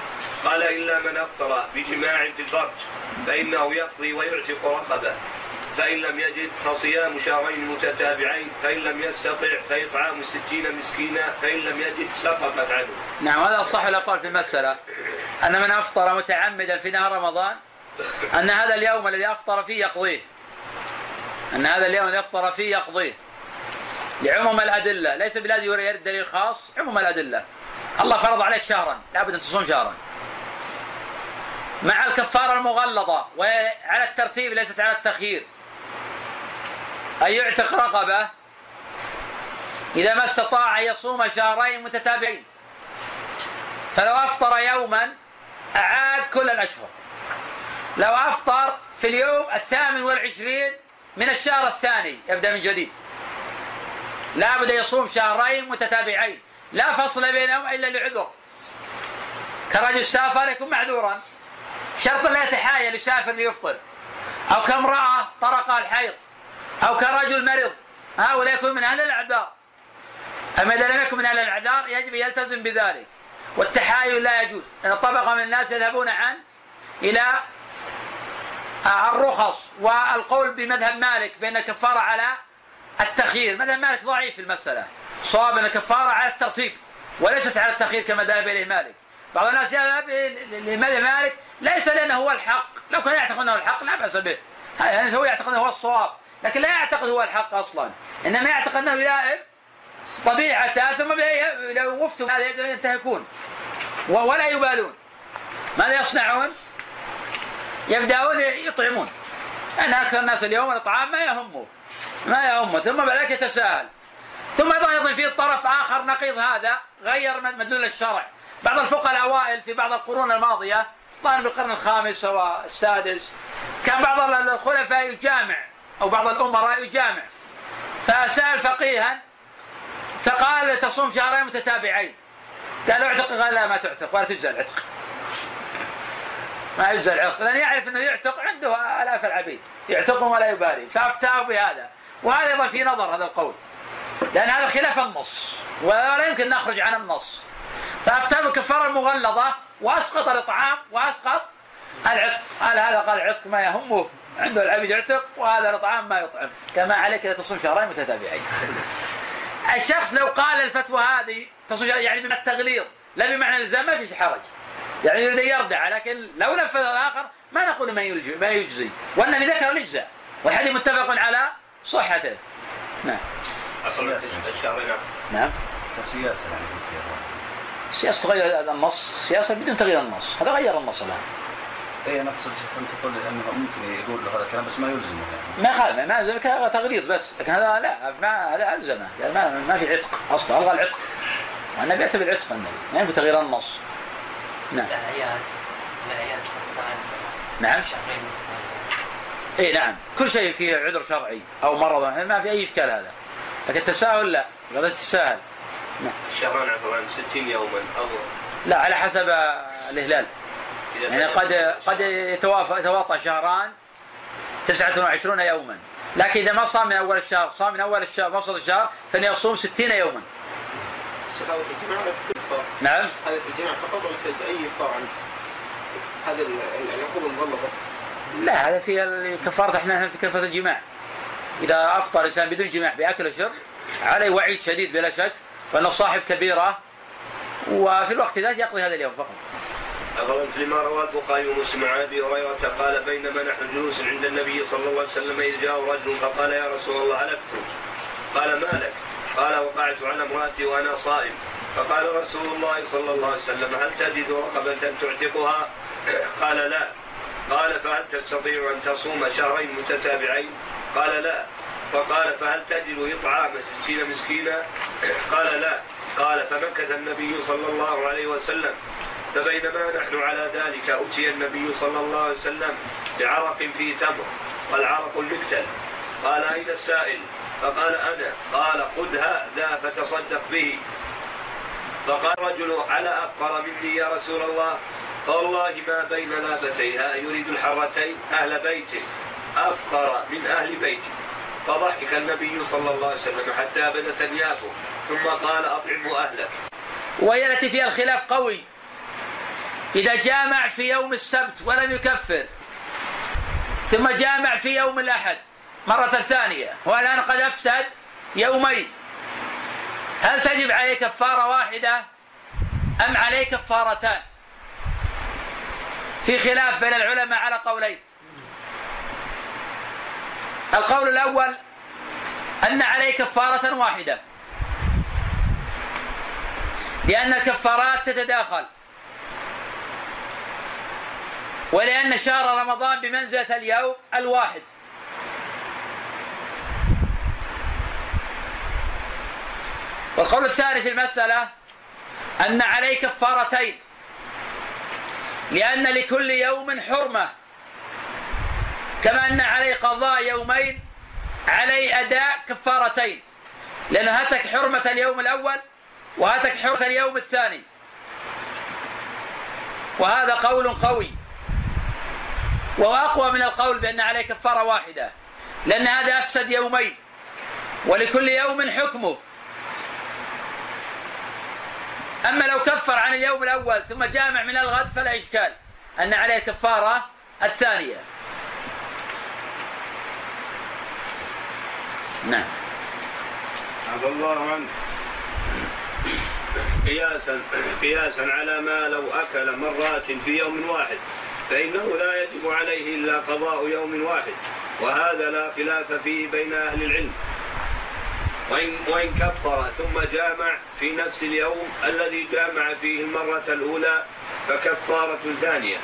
قال إلا من أفطر بجماع في الفرج فإنه يقضي ويعتق رقبة، فإن لم يجد فصيام شهرين متتابعين، فإن لم يستطع فإطعام ستين مسكينا، فإن لم يجد سقطت عنه. نعم، هذا الصح الأقوال في المسألة، أن من أفطر متعمدا في نهار رمضان أن هذا اليوم الذي أفطر فيه يقضيه، أن هذا اليوم الذي أفطر فيه يقضيه لعموم الأدلة، ليس بلازم يريد دليل خاص، عموم الأدلة. الله فرض عليك شهرا، لابد أن تصوم شهرا مع الكفارة المغلظة، وعلى الترتيب ليست على التخيير، أن يعتق رقبة إذا ما استطاع أن يصوم شهرين متتابعين، فلو أفطر يوما أعاد كل الأشهر، لو أفطر في اليوم الثامن والعشرين من الشهر الثاني يبدأ من جديد، لا بد يصوم شهرين متتابعين لا فصل بينهم إلا لعذر، كرجل سافر يكون معذورا، شرط لا يتحايل يسافر ليفطر، أو كامرأة طرقها الحيض، أو كرجل مرض، هؤلاء يكون من أهل الأعذار. أما إذا لم يكن من أهل الأعذار يجب يلتزم بذلك، والتحايل لا يجوز، لأن طبقة من الناس يذهبون عن إلى الرخص والقول بمذهب مالك بأن الكفارة على التخيير. مذهب مالك ضعيف في المسألة، صواب أن الكفارة على الترتيب وليست على التخيير كما ذهب إليه مالك. بعض الناس يذهب لمذهب مالك ليس لأنه هو الحق، لو كان يعتقد أنه الحق لا بأس به، يعني هو يعتقد أنه هو الصواب، لكن لا يعتقد هو الحق أصلا، إنما يعتقد أنه يلائم طبيعته، ثم لو وفتوا هذا ينتهكون ولا يبالون. ماذا يصنعون؟ يبدأون يطعمون، أن أكثر الناس اليوم الإطعام ما يهمه ما يهمه ثم بعد يتساهل. ثم أيضا فيه طرف آخر نقيض هذا غير مدلول الشرع. بعض الفقهاء الأوائل في بعض القرون الماضية، ظاهر بالقرن الخامس والسادس، كان بعض الخلفاء يجامع أو بعض الأمراء يجامع، فسأل فقيها فقال تصوم شهرين متتابعين، قال اعتق، قال لا ما تعتق ولا تجزى العتق، ما يجزى العتق، لأن يعرف أنه يعتق عنده آلاف العبيد يعتقهم ولا يبالي، فأفتاه بهذا. وهذا أيضا في نظر هذا القول، لأن هذا خلاف النص ولا يمكن نخرج عن النص، فأفتاه بالكفارة المغلظة وأسقط الإطعام وأسقط العتق. قال هذا قال العتق ما يهمه، عنده العبيد يعتق وهذا الإطعام ما يطعم، كما عليك أن تصوم شهرين متتابعين. الشخص لو قال الفتوى هذه تصوم يعني بمعنى التغليظ لا بمعنى الإلزام ما فيش حرج، يعني يريد يردع، لكن لو نفذ الآخر ما نقول ما يجزي ما يجزي، والنبي ذكر الإجزاء والحديث متفق على صحته. نعم. أصل الشهرين. نعم. كسياسة يعني. سياسة تغير النص، سياسة بدون تغيير النص، هذا غير النص الآن. إيه أنا أقصد أنت تقول أنه ممكن يقول له هذا الكلام بس ما يلزمه يعني. ما خالف، ما يلزم تغليظ بس، لكن هذا لا، ما هذا ألزمه، يعني ما ما في عتق أصلا، ألغى العتق. والنبي يعتبر العتق النبي، ما ينفع تغيير النص. نعم. الأعياد الأعياد نعم. إيه نعم، كل شيء فيه عذر شرعي أو مرض ما في أي إشكال هذا، لكن التساهل لا، لا تتساهل. نعم. الشهران عفوا ستين يوما أو لا على حسب الهلال، يعني قد قد يتوافق يتواطى شهران تسعة وعشرون يوما، لكن إذا ما صام من أول الشهر صام من أول الشهر وسط الشهر فليصوم ستين يوما. هذا في الجمعة ولا في الإفطار؟ نعم. هذا في الجمعة فقط ولا في أي إفطار عنه؟ هذا العقوبة المغلظة. لا هذا في الكفارة، احنا في كفارة الجماع. إذا أفطر إنسان بدون جماع بأكل وشرب عليه وعيد شديد بلا شك، وأنه صاحب كبيرة، وفي الوقت ذات يقضي هذا اليوم فقط. أخرجت لما رواه البخاري ومسلم عن أبي هريرة قال بينما نحن جلوس عند النبي صلى الله عليه وسلم إذ جاء رجل فقال يا رسول الله هلكت. قال ما لك؟ قال وقعت على امرأتي وأنا صائم. فقال رسول الله صلى الله عليه وسلم هل تجد رقبة تعتقها؟ قال لا. قال فهل تستطيع أن تصوم شهرين متتابعين؟ قال لا. فقال فهل تجد إطعام ستين مسكينا؟ قال لا. قال فمكث النبي صلى الله عليه وسلم، فبينما نحن على ذلك أتي النبي صلى الله عليه وسلم بعرق فيه تمر، والعرق المكتل. قال أين السائل؟ فقال أنا. قال خذ هذا فتصدق به. فقال رجل على أفقر مني يا رسول الله؟ فوالله ما بين لابتيها يريد الحرتين أهل بيته أفقر من أهل بيتي. فضحك النبي صلى الله عليه وسلم حتى بدت أنيابه، ثم قال أطعموا أهلك. وهي التي فيها الخلاف قوي، إذا جامع في يوم السبت ولم يكفر ثم جامع في يوم الأحد مرة ثانية والآن قد أفسد يومين، هل تجب عليه كفارة واحدة أم عليه كفارتان؟ في خلاف بين العلماء على قولين. القول الأول أن عليه كفارة واحدة، لأن الكفارات تتداخل، ولأن شهر رمضان بمنزلة اليوم الواحد. والقول الثاني في المسألة أن عليه كفارتين، لأن لكل يوم حرمة، كما أن عليه قضاء يومين عليه أداء كفارتين، لأنه هتك حرمة اليوم الأول وهتك حرمة اليوم الثاني. وهذا قول قوي، وهو أقوى من القول بأن عليه كفارة واحدة، لأن هذا أفسد يومين ولكل يوم حكمه. أما لو كفر عن اليوم الأول ثم جامع من الغد فلا إشكال أن عليه كفارة الثانية. نعم. عفى الله عنه. قياسا قياسا على ما لو أكل مرات في يوم واحد فإنه لا يجب عليه إلا قضاء يوم واحد، وهذا لا خلاف فيه بين أهل العلم. وإن, وإن كفر ثم جامع في نفس اليوم الذي جامع فيه المرة الأولى فكفارة ثانية،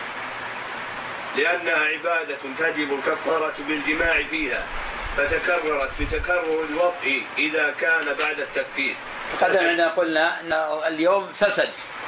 لأنها عبادة تجب الكفارة بالجماع فيها، فتكررت بتكرر الوطء إذا كان بعد التكفير. تقدم عندنا قلنا أن اليوم فسد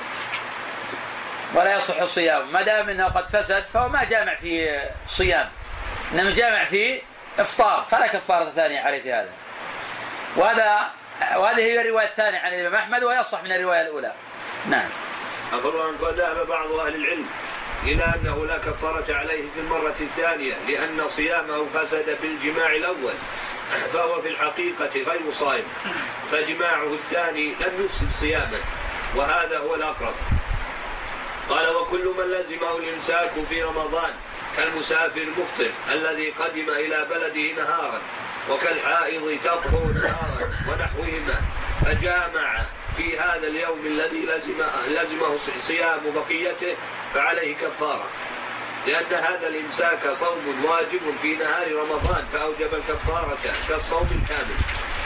ولا يصح الصيام، ما دام أنه قد فسد فهو ما جامع في صيام، إنما جامع في إفطار، فلا كفارة ثانية عليه في هذا. وهذا وهذه هي الرواية الثانية عن الإمام أحمد ويصح من الرواية الأولى. نعم. أخبرنا قد ذهب بعض أهل العلم إلى أنه لا كفارة عليه في المرة الثانية، لأن صيامه فسد بالجماع الأول، فهو في الحقيقة غير صائم، فجماعه الثاني لم يفسد صيامه، وهذا هو الأقرب. قال: وكل من لزمه الإمساك في رمضان كالمسافر المفطر الذي قدم إلى بلده نهارا، وكالحائض تطهر نهارا ونحوهما، فجامع في هذا اليوم الذي لزم لزمه صيام بقيته فعليه كفارة، لأن هذا الإمساك صوم واجب في نهار رمضان فأوجب الكفارة كالصوم الكامل.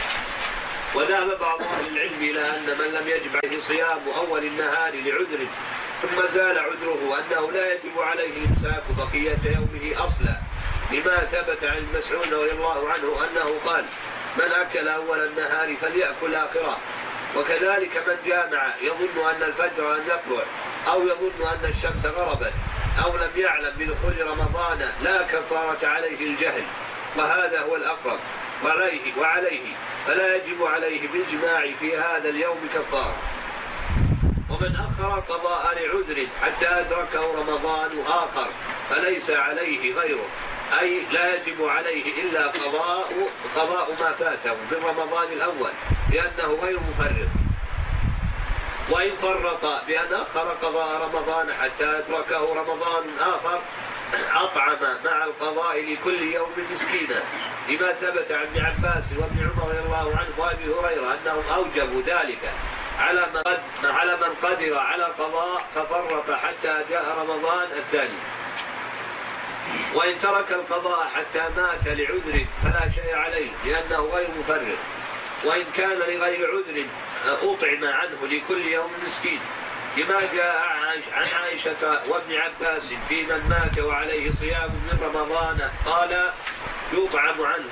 وذهب بعض أهل العلم إلى أن من لم يجب عليه صيام أول النهار لعذر ثم زال عذره أنه لا يجب عليه الإمساك بقية يومه أصلا، لما ثبت عن مسعود رضي الله عنه أنه قال: من أكل أول النهار فليأكل آخره. وكذلك من جامع يظن أن الفجر لم يطلع أو يظن أن الشمس غربت أو لم يعلم بدخول رمضان لا كفارة عليه الجهل، وهذا هو الأقرب. وعليه, وعليه فلا يجب عليه بالجماع في هذا اليوم كفارة. ومن أخر قضاء لعذر حتى أدركه رمضان آخر فليس عليه غيره، أي لا يجب عليه إلا قضاء قضاء ما فاته بالرمضان الأول، لأنه غير مفرط. وإن فرط بأن أخر قضاء رمضان حتى أدركه رمضان آخر أطعم مع القضاء لكل يوم مسكينا، لما ثبت عن ابن عباس وابن عمر رضي الله عنه وأبي هريرة أنهم أوجبوا ذلك على من قد على من قدر على قضاء ففرط حتى جاء رمضان الثاني. وإن ترك القضاء حتى مات لعذر فلا شيء عليه لأنه غير مفرط. وإن كان لغير عذر أطعم عنه لكل يوم مسكين، لما جاء عن عائشة وابن عباس في من مات وعليه صيام من رمضان قال: يطعم عنه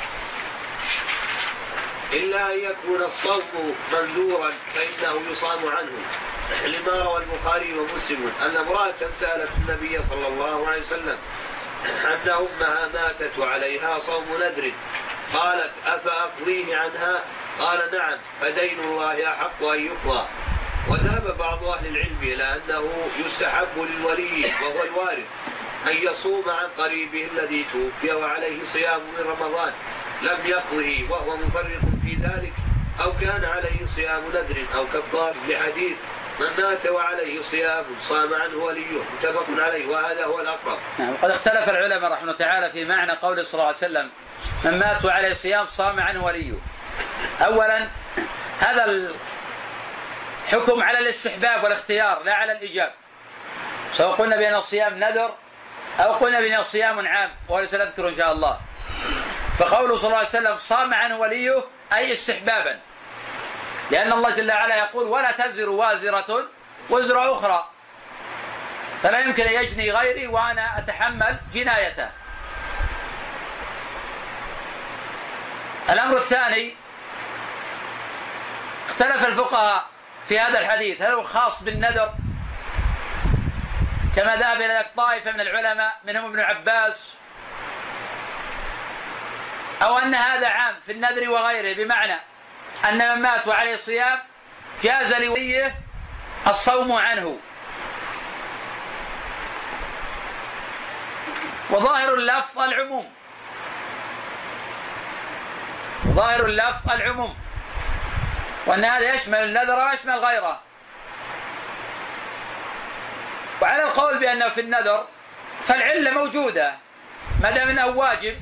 إلا أن يكون الصوم منذورا فإنه يصام عنه، لما روى البخاري ومسلم أن امرأة سألت النبي صلى الله عليه وسلم أن أمها ماتت وعليها صوم نذر، قالت: أفأقضيه عنها؟ قال: نعم، فدين الله أحق أن يقضى. وذهب بعض أهل العلم إلى أنه يستحب للولي وهو الوارث أن يصوم عن قريبه الذي توفي وعليه صيام من رمضان لم يقضه وهو مفرط في ذلك، أو كان عليه صيام نذر أو كفار، لحديث من مات وعليه صيام صام عنه وليه متفق عليه وهذا هو الأقرب. نعم. وقد اختلف العلماء رحمه الله تعالى في معنى قوله صلى الله عليه وسلم من مات وعليه صيام صام عنه وليه. أولا هذا الحكم على الاستحباب والاختيار لا على الإيجاب، سواء قلنا بأن الصيام نذر أو قلنا بأن الصيام عام وهذا سنذكره إن شاء الله. فقوله صلى الله عليه وسلم صام عنه وليه أي استحبابا، لأن الله جل وعلا يقول ولا تزر وازرة وزر أخرى، فلا يمكن أن يجني غيري وأنا أتحمل جنايته. الأمر الثاني اختلف الفقهاء في هذا الحديث، هل هو خاص بالنذر كما ذهب إلى طائفة من العلماء منهم ابن عباس، أو أن هذا عام في النذر وغيره، بمعنى أن من مات وعليه صيام جاز لوليه الصوم عنه. وظاهر اللفظ العموم، وظاهر اللفظ العموم، وأن هذا يشمل النذر ويشمل غيره. وعلى القول بأنه في النذر فالعلة موجودة، ما دام أنه واجب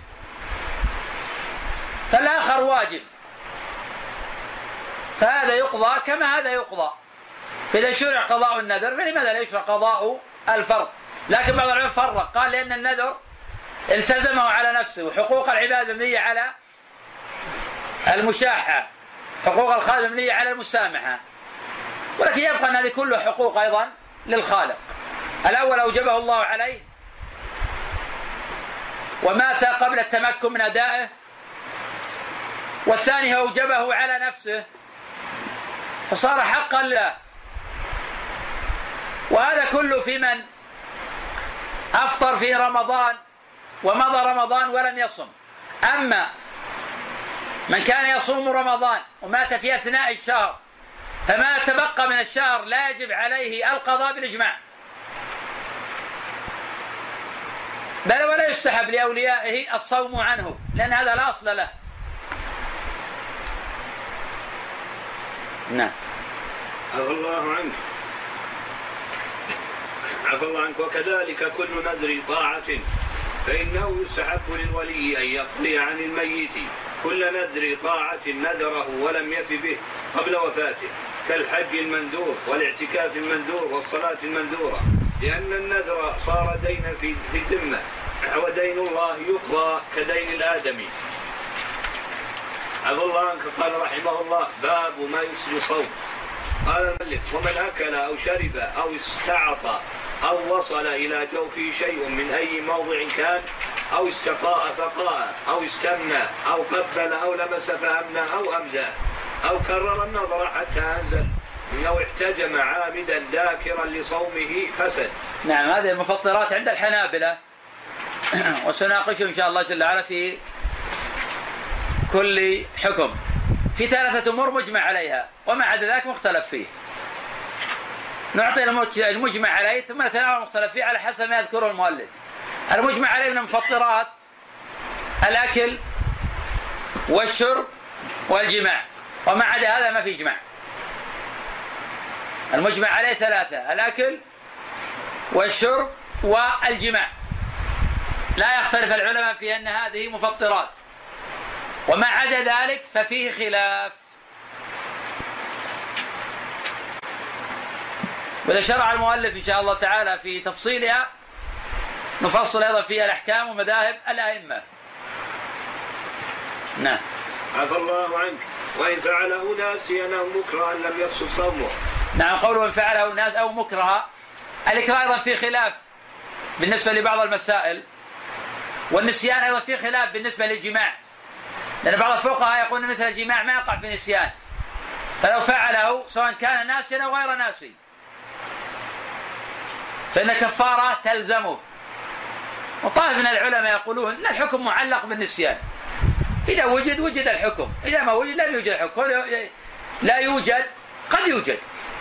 فالآخر واجب، فهذا يقضى كما هذا يقضى. فإذا شرع قضاء النذر فلماذا لا يشرع قضاء الفرض؟ لكن بعض العلماء فرق، قال لأن النذر التزمه على نفسه، وحقوق العباد مبنية على المشاحة، حقوق الخالق مبنية على المسامحة، ولكن يبقى أن هذه كله حقوق أيضا للخالق. الأول أوجبه الله عليه ومات قبل التمكن من أدائه، والثاني أوجبه على نفسه فصار حقا له. وهذا كله في من أفطر في رمضان ومضى رمضان ولم يصم. أما من كان يصوم رمضان ومات في أثناء الشهر فما تبقى من الشهر لا يجب عليه القضاء بالإجماع، بل ولا يستحب لأوليائه الصوم عنه، لأن هذا لا أصل له. نعم. عفى الله عنك عفى الله عنك وكذلك كل نذر طاعة فإنه يستحب للولي أن يقضي عن الميت كل نذر طاعة نذره ولم يف به قبل وفاته، كالحج المنذور والاعتكاف المنذور والصلاة المنذورة، لأن النذر صار دينا في ذمة، ودين الله يقضى كدين الآدمي. عفى الله عنك. قال رحمه الله باب ما يفسد الصوم. قال المؤلف ومن أكل أو شرب أو استعطى أو وصل إلى جوفه شيء من أي موضع كان، أو استقاء فقاء أو استمنى أو قبل أو لمس فأمنى أو أمزى أو كرر النظر حتى أنزل أو احتجم عامدا ذاكرا لصومه فسد. نعم. هذه المفطرات عند الحنابلة وسناقشه إن شاء الله جل وعلا في كل حكم. في ثلاثة أمور مجمع عليها وما عدا ذلك مختلف فيه. نعطي المجمع عليه ثم نتناول المختلف فيه على حسب ما يذكره المؤلف. المجمع عليه من المفطرات الأكل والشرب والجماع، وما عدا هذا ما في إجماع. المجمع عليه ثلاثة: الأكل والشرب والجماع. لا يختلف العلماء في أن هذه مفطرات، وما عدا ذلك ففيه خلاف. وإذا شرع المؤلف إن شاء الله تعالى في تفصيلها نفصل أيضا فيها الأحكام ومذاهب الأئمة. نعم. عفى الله عنك. وإن فعله ناسيا أو مكرها لم يفسد صومه. نعم. قوله إن فعله الناس أو مكرها، الإكراه أيضا فيه خلاف بالنسبة لبعض المسائل، والنسيان أيضا فيه خلاف بالنسبة للجماع، لأن بعض الفقهاء يقول مثل الجماع ما يقع في نسيان، فلو فعله سواء كان ناسيا أو غير ناسي فإن كفارة تلزمه. وطائف من العلماء يقولون أن الحكم معلق بالنسيان، إذا وجد وجد الحكم، إذا ما وجد لم يوجد الحكم، لا يوجد قد يوجد.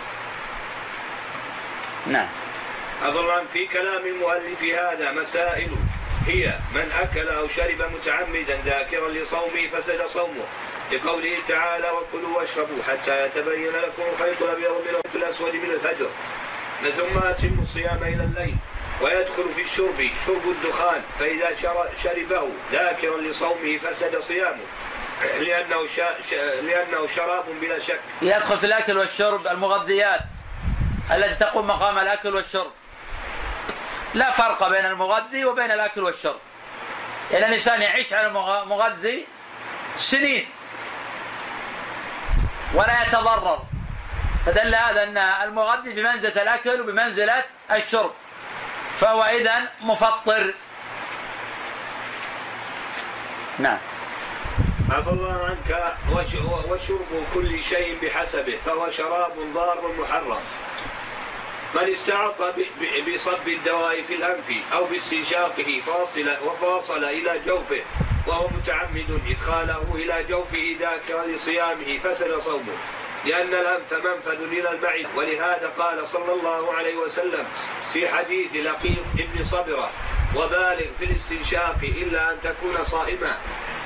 نعم. أظن في كلام المؤلف هذا مسائل هي: من أكل أو شرب متعمدا ذاكرا لصومه فسد صومه، لقوله تعالى وكلوا واشربوا حتى يتبين لكم الخيط الأبيض من الخيط الأسود من الفجر ثم أتموا الصيام إلى الليل. ويدخل في الشرب شرب الدخان فإذا شربه ذاكرا لصومه فسد صيامه لأنه, لأنه شراب بلا شك. يدخل في الأكل والشرب المغذيات التي تقوم مقام الأكل والشرب. لا فرق بين المغذي وبين الأكل والشرب، لأن الإنسان يعيش على المغذي سنين ولا يتضرر، فدل هذا أن المغذي بمنزلة الأكل وبمنزلة الشرب، فهو إذن مفطر. نعم. عفى الله عنك. وشرب كل شيء بحسبه فهو شراب ضار محرم. من استعط بصب الدواء في الأنف أو باستنشاقه فوصل, وفوصل إلى جوفه وهو متعمد إدخاله إلى جوفه ذاكرا لصيامه فسد صومه، لأن الأنف منفذ إلى المعدة. ولهذا قال صلى الله عليه وسلم في حديث لقيط ابن صبرة وبالغ في الاستنشاق إلا أن تكون صائما.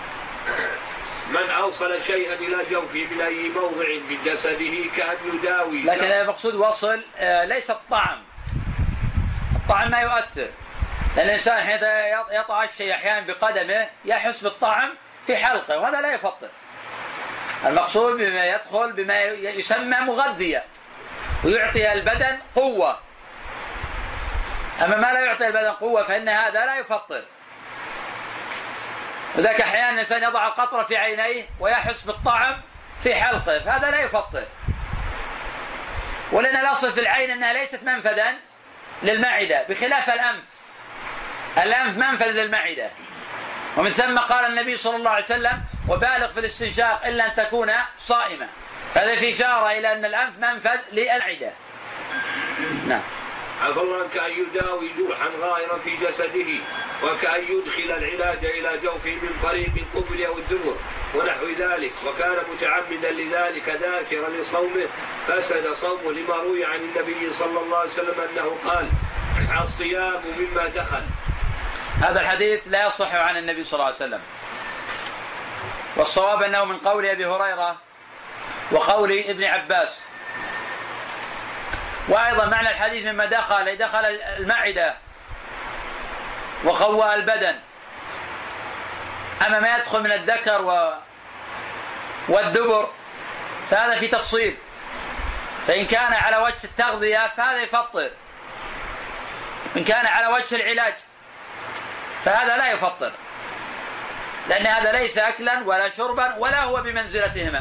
من أوصل شيئا إلى جوفه من أي موضع من جسده كأن يداوي. لكن المقصود وصل ليس الطعم، الطعم ما يؤثر، لأن الإنسان حين يطع الشيء أحيانا بقدمه يحس بالطعم في حلقه وهذا لا يفطر. المقصود بما يدخل بما يسمى مغذيا ويعطي البدن قوة، أما ما لا يعطي البدن قوة فإن هذا لا يفطر. وذلك أحيانا الإنسان يضع القطرة في عينيه ويحس بالطعم في حلقه فهذا لا يفطر، ولأن الأصل في العين أنها ليست منفذا للمعدة بخلاف الأنف. الأنف منفذ للمعدة، ومن ثم قال النبي صلى الله عليه وسلم وبالغ في الاستنشاق إلا أن تكون صائمة، هذا في إشارة إلى أن الأنف منفذ للمعدة. نعم. عفى الله كأن يداوي جرحا غائرا في جسده وكأن يدخل العلاج إلى جوفه من طريق القبل أو الدبر ونحو ذلك، وكان متعمدا لذلك ذاكرا لصومه فسد صومه، لما روي عن النبي صلى الله عليه وسلم أنه قال الصيام مما دخل. هذا الحديث لا يصح عن النبي صلى الله عليه وسلم، والصواب أنه من قول أبي هريرة وقول ابن عباس. وأيضا معنى الحديث مما دخل دخل المعدة وقوى البدن. أما ما يدخل من الذكر و... والدبر فهذا في تفصيل، فإن كان على وجه التغذية فهذا يفطر، إن كان على وجه العلاج فهذا لا يفطر، لأن هذا ليس أكلا ولا شربا ولا هو بمنزلتهما.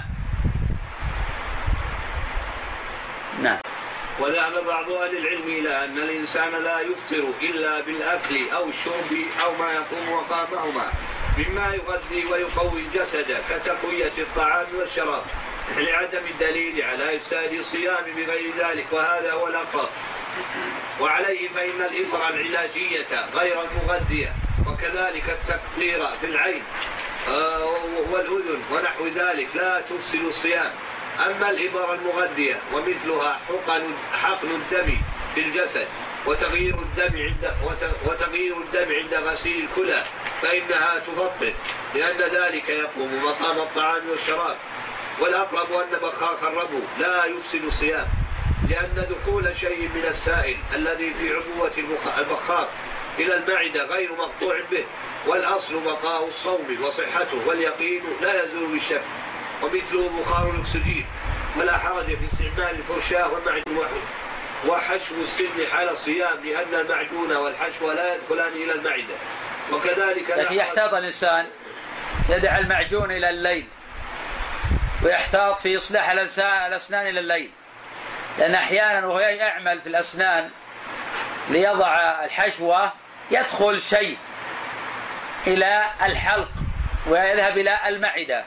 نعم. وذهب بعض أهل العلم إلى أن الإنسان لا يفطر إلا بالأكل أو الشرب أو ما يقوم مقامهما مما يغذي ويقوي الجسد كتقوية الطعام والشراب، لعدم الدليل على إفساد الصيام بغير ذلك، وهذا هو الأقرب. وعليه فإن الإبر العلاجية غير المغذية وكذلك التقطير في العين والأذن ونحو ذلك لا تفسد الصيام. أما الإبر المغذية ومثلها حقن حقن الدم في الجسد وتغيير الدم عند وتغيير الدم عند غسيل الكلى فإنها تفطر، لأن ذلك يقوم مقام الطعام والشراب. والأقرب أن بخار خربه لا يفسد الصيام، لأن دخول شيء من السائل الذي في عبوة البخار إلى المعدة غير مقطوع به، والأصل بقاء الصوم وصحته، واليقين لا يزول بالشك. ومثله بخار الأكسجين، ولا حرج في استعمال الفرشاة والمعجون وحشو السن حال الصيام، لأن المعجون والحشو لا يدخلان إلى المعدة. وكذلك لكن يحتاط الإنسان يدع المعجون إلى الليل ويحتاط في إصلاح الأسنان إلى الليل، لأن أحيانا وهو يعمل في الأسنان ليضع الحشوة يدخل شيء إلى الحلق ويذهب إلى المعدة،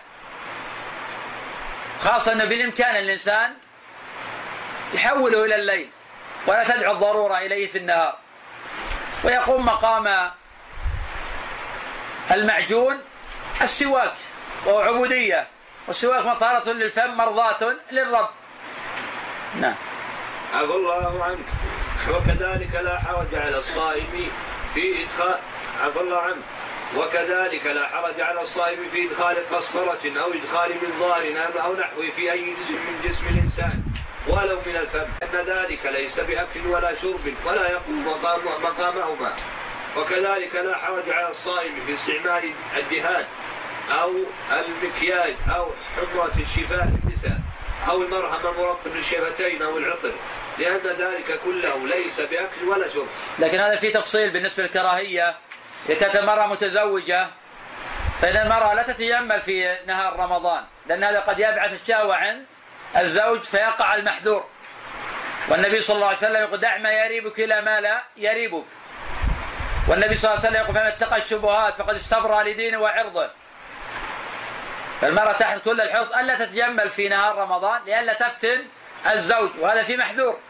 خاصة أنه بالإمكان الإنسان يحوله إلى الليل ولا تدعو الضرورة إليه في النهار، ويقوم مقام المعجون السواك وهو عبودية، والسواك مطهرة للفم مرضاة للرب. نعم. عفى الله عنك. وكذلك لا حرج على الصائم في إدخال عفى الله عنك وكذلك لا حرج على الصائم في إدخال قسطرة أو إدخال منظار أو نحوه في أي جسم من جسم الإنسان ولو من الفم، أن ذلك ليس بأكل ولا شرب ولا يقوم مقام مقامهما. وكذلك لا حرج على الصائم في استعمال الدهان أو المكياج أو حمرة الشفاء للنساء أو المرهم المرطب للشفتين أو العطر، لأن ذلك كله ليس بأكل ولا شرب. لكن هذا في تفصيل بالنسبة للكراهية. إذا كانت المرأة متزوجة فإن المرأة لا تتجمل في نهار رمضان، لأن هذا قد يبعث الشهوة عن الزوج فيقع المحذور، والنبي صلى الله عليه وسلم يقول دع ما يريبك إلى ما لا يريبك، والنبي صلى الله عليه وسلم يقول فمن اتقى الشبهات فقد استبرأ لدينه وعرضه. فالمرأة تحت كل الحرص ألا تتجمل في نهار رمضان لئلا تفتن الزوج، وهذا في محذور.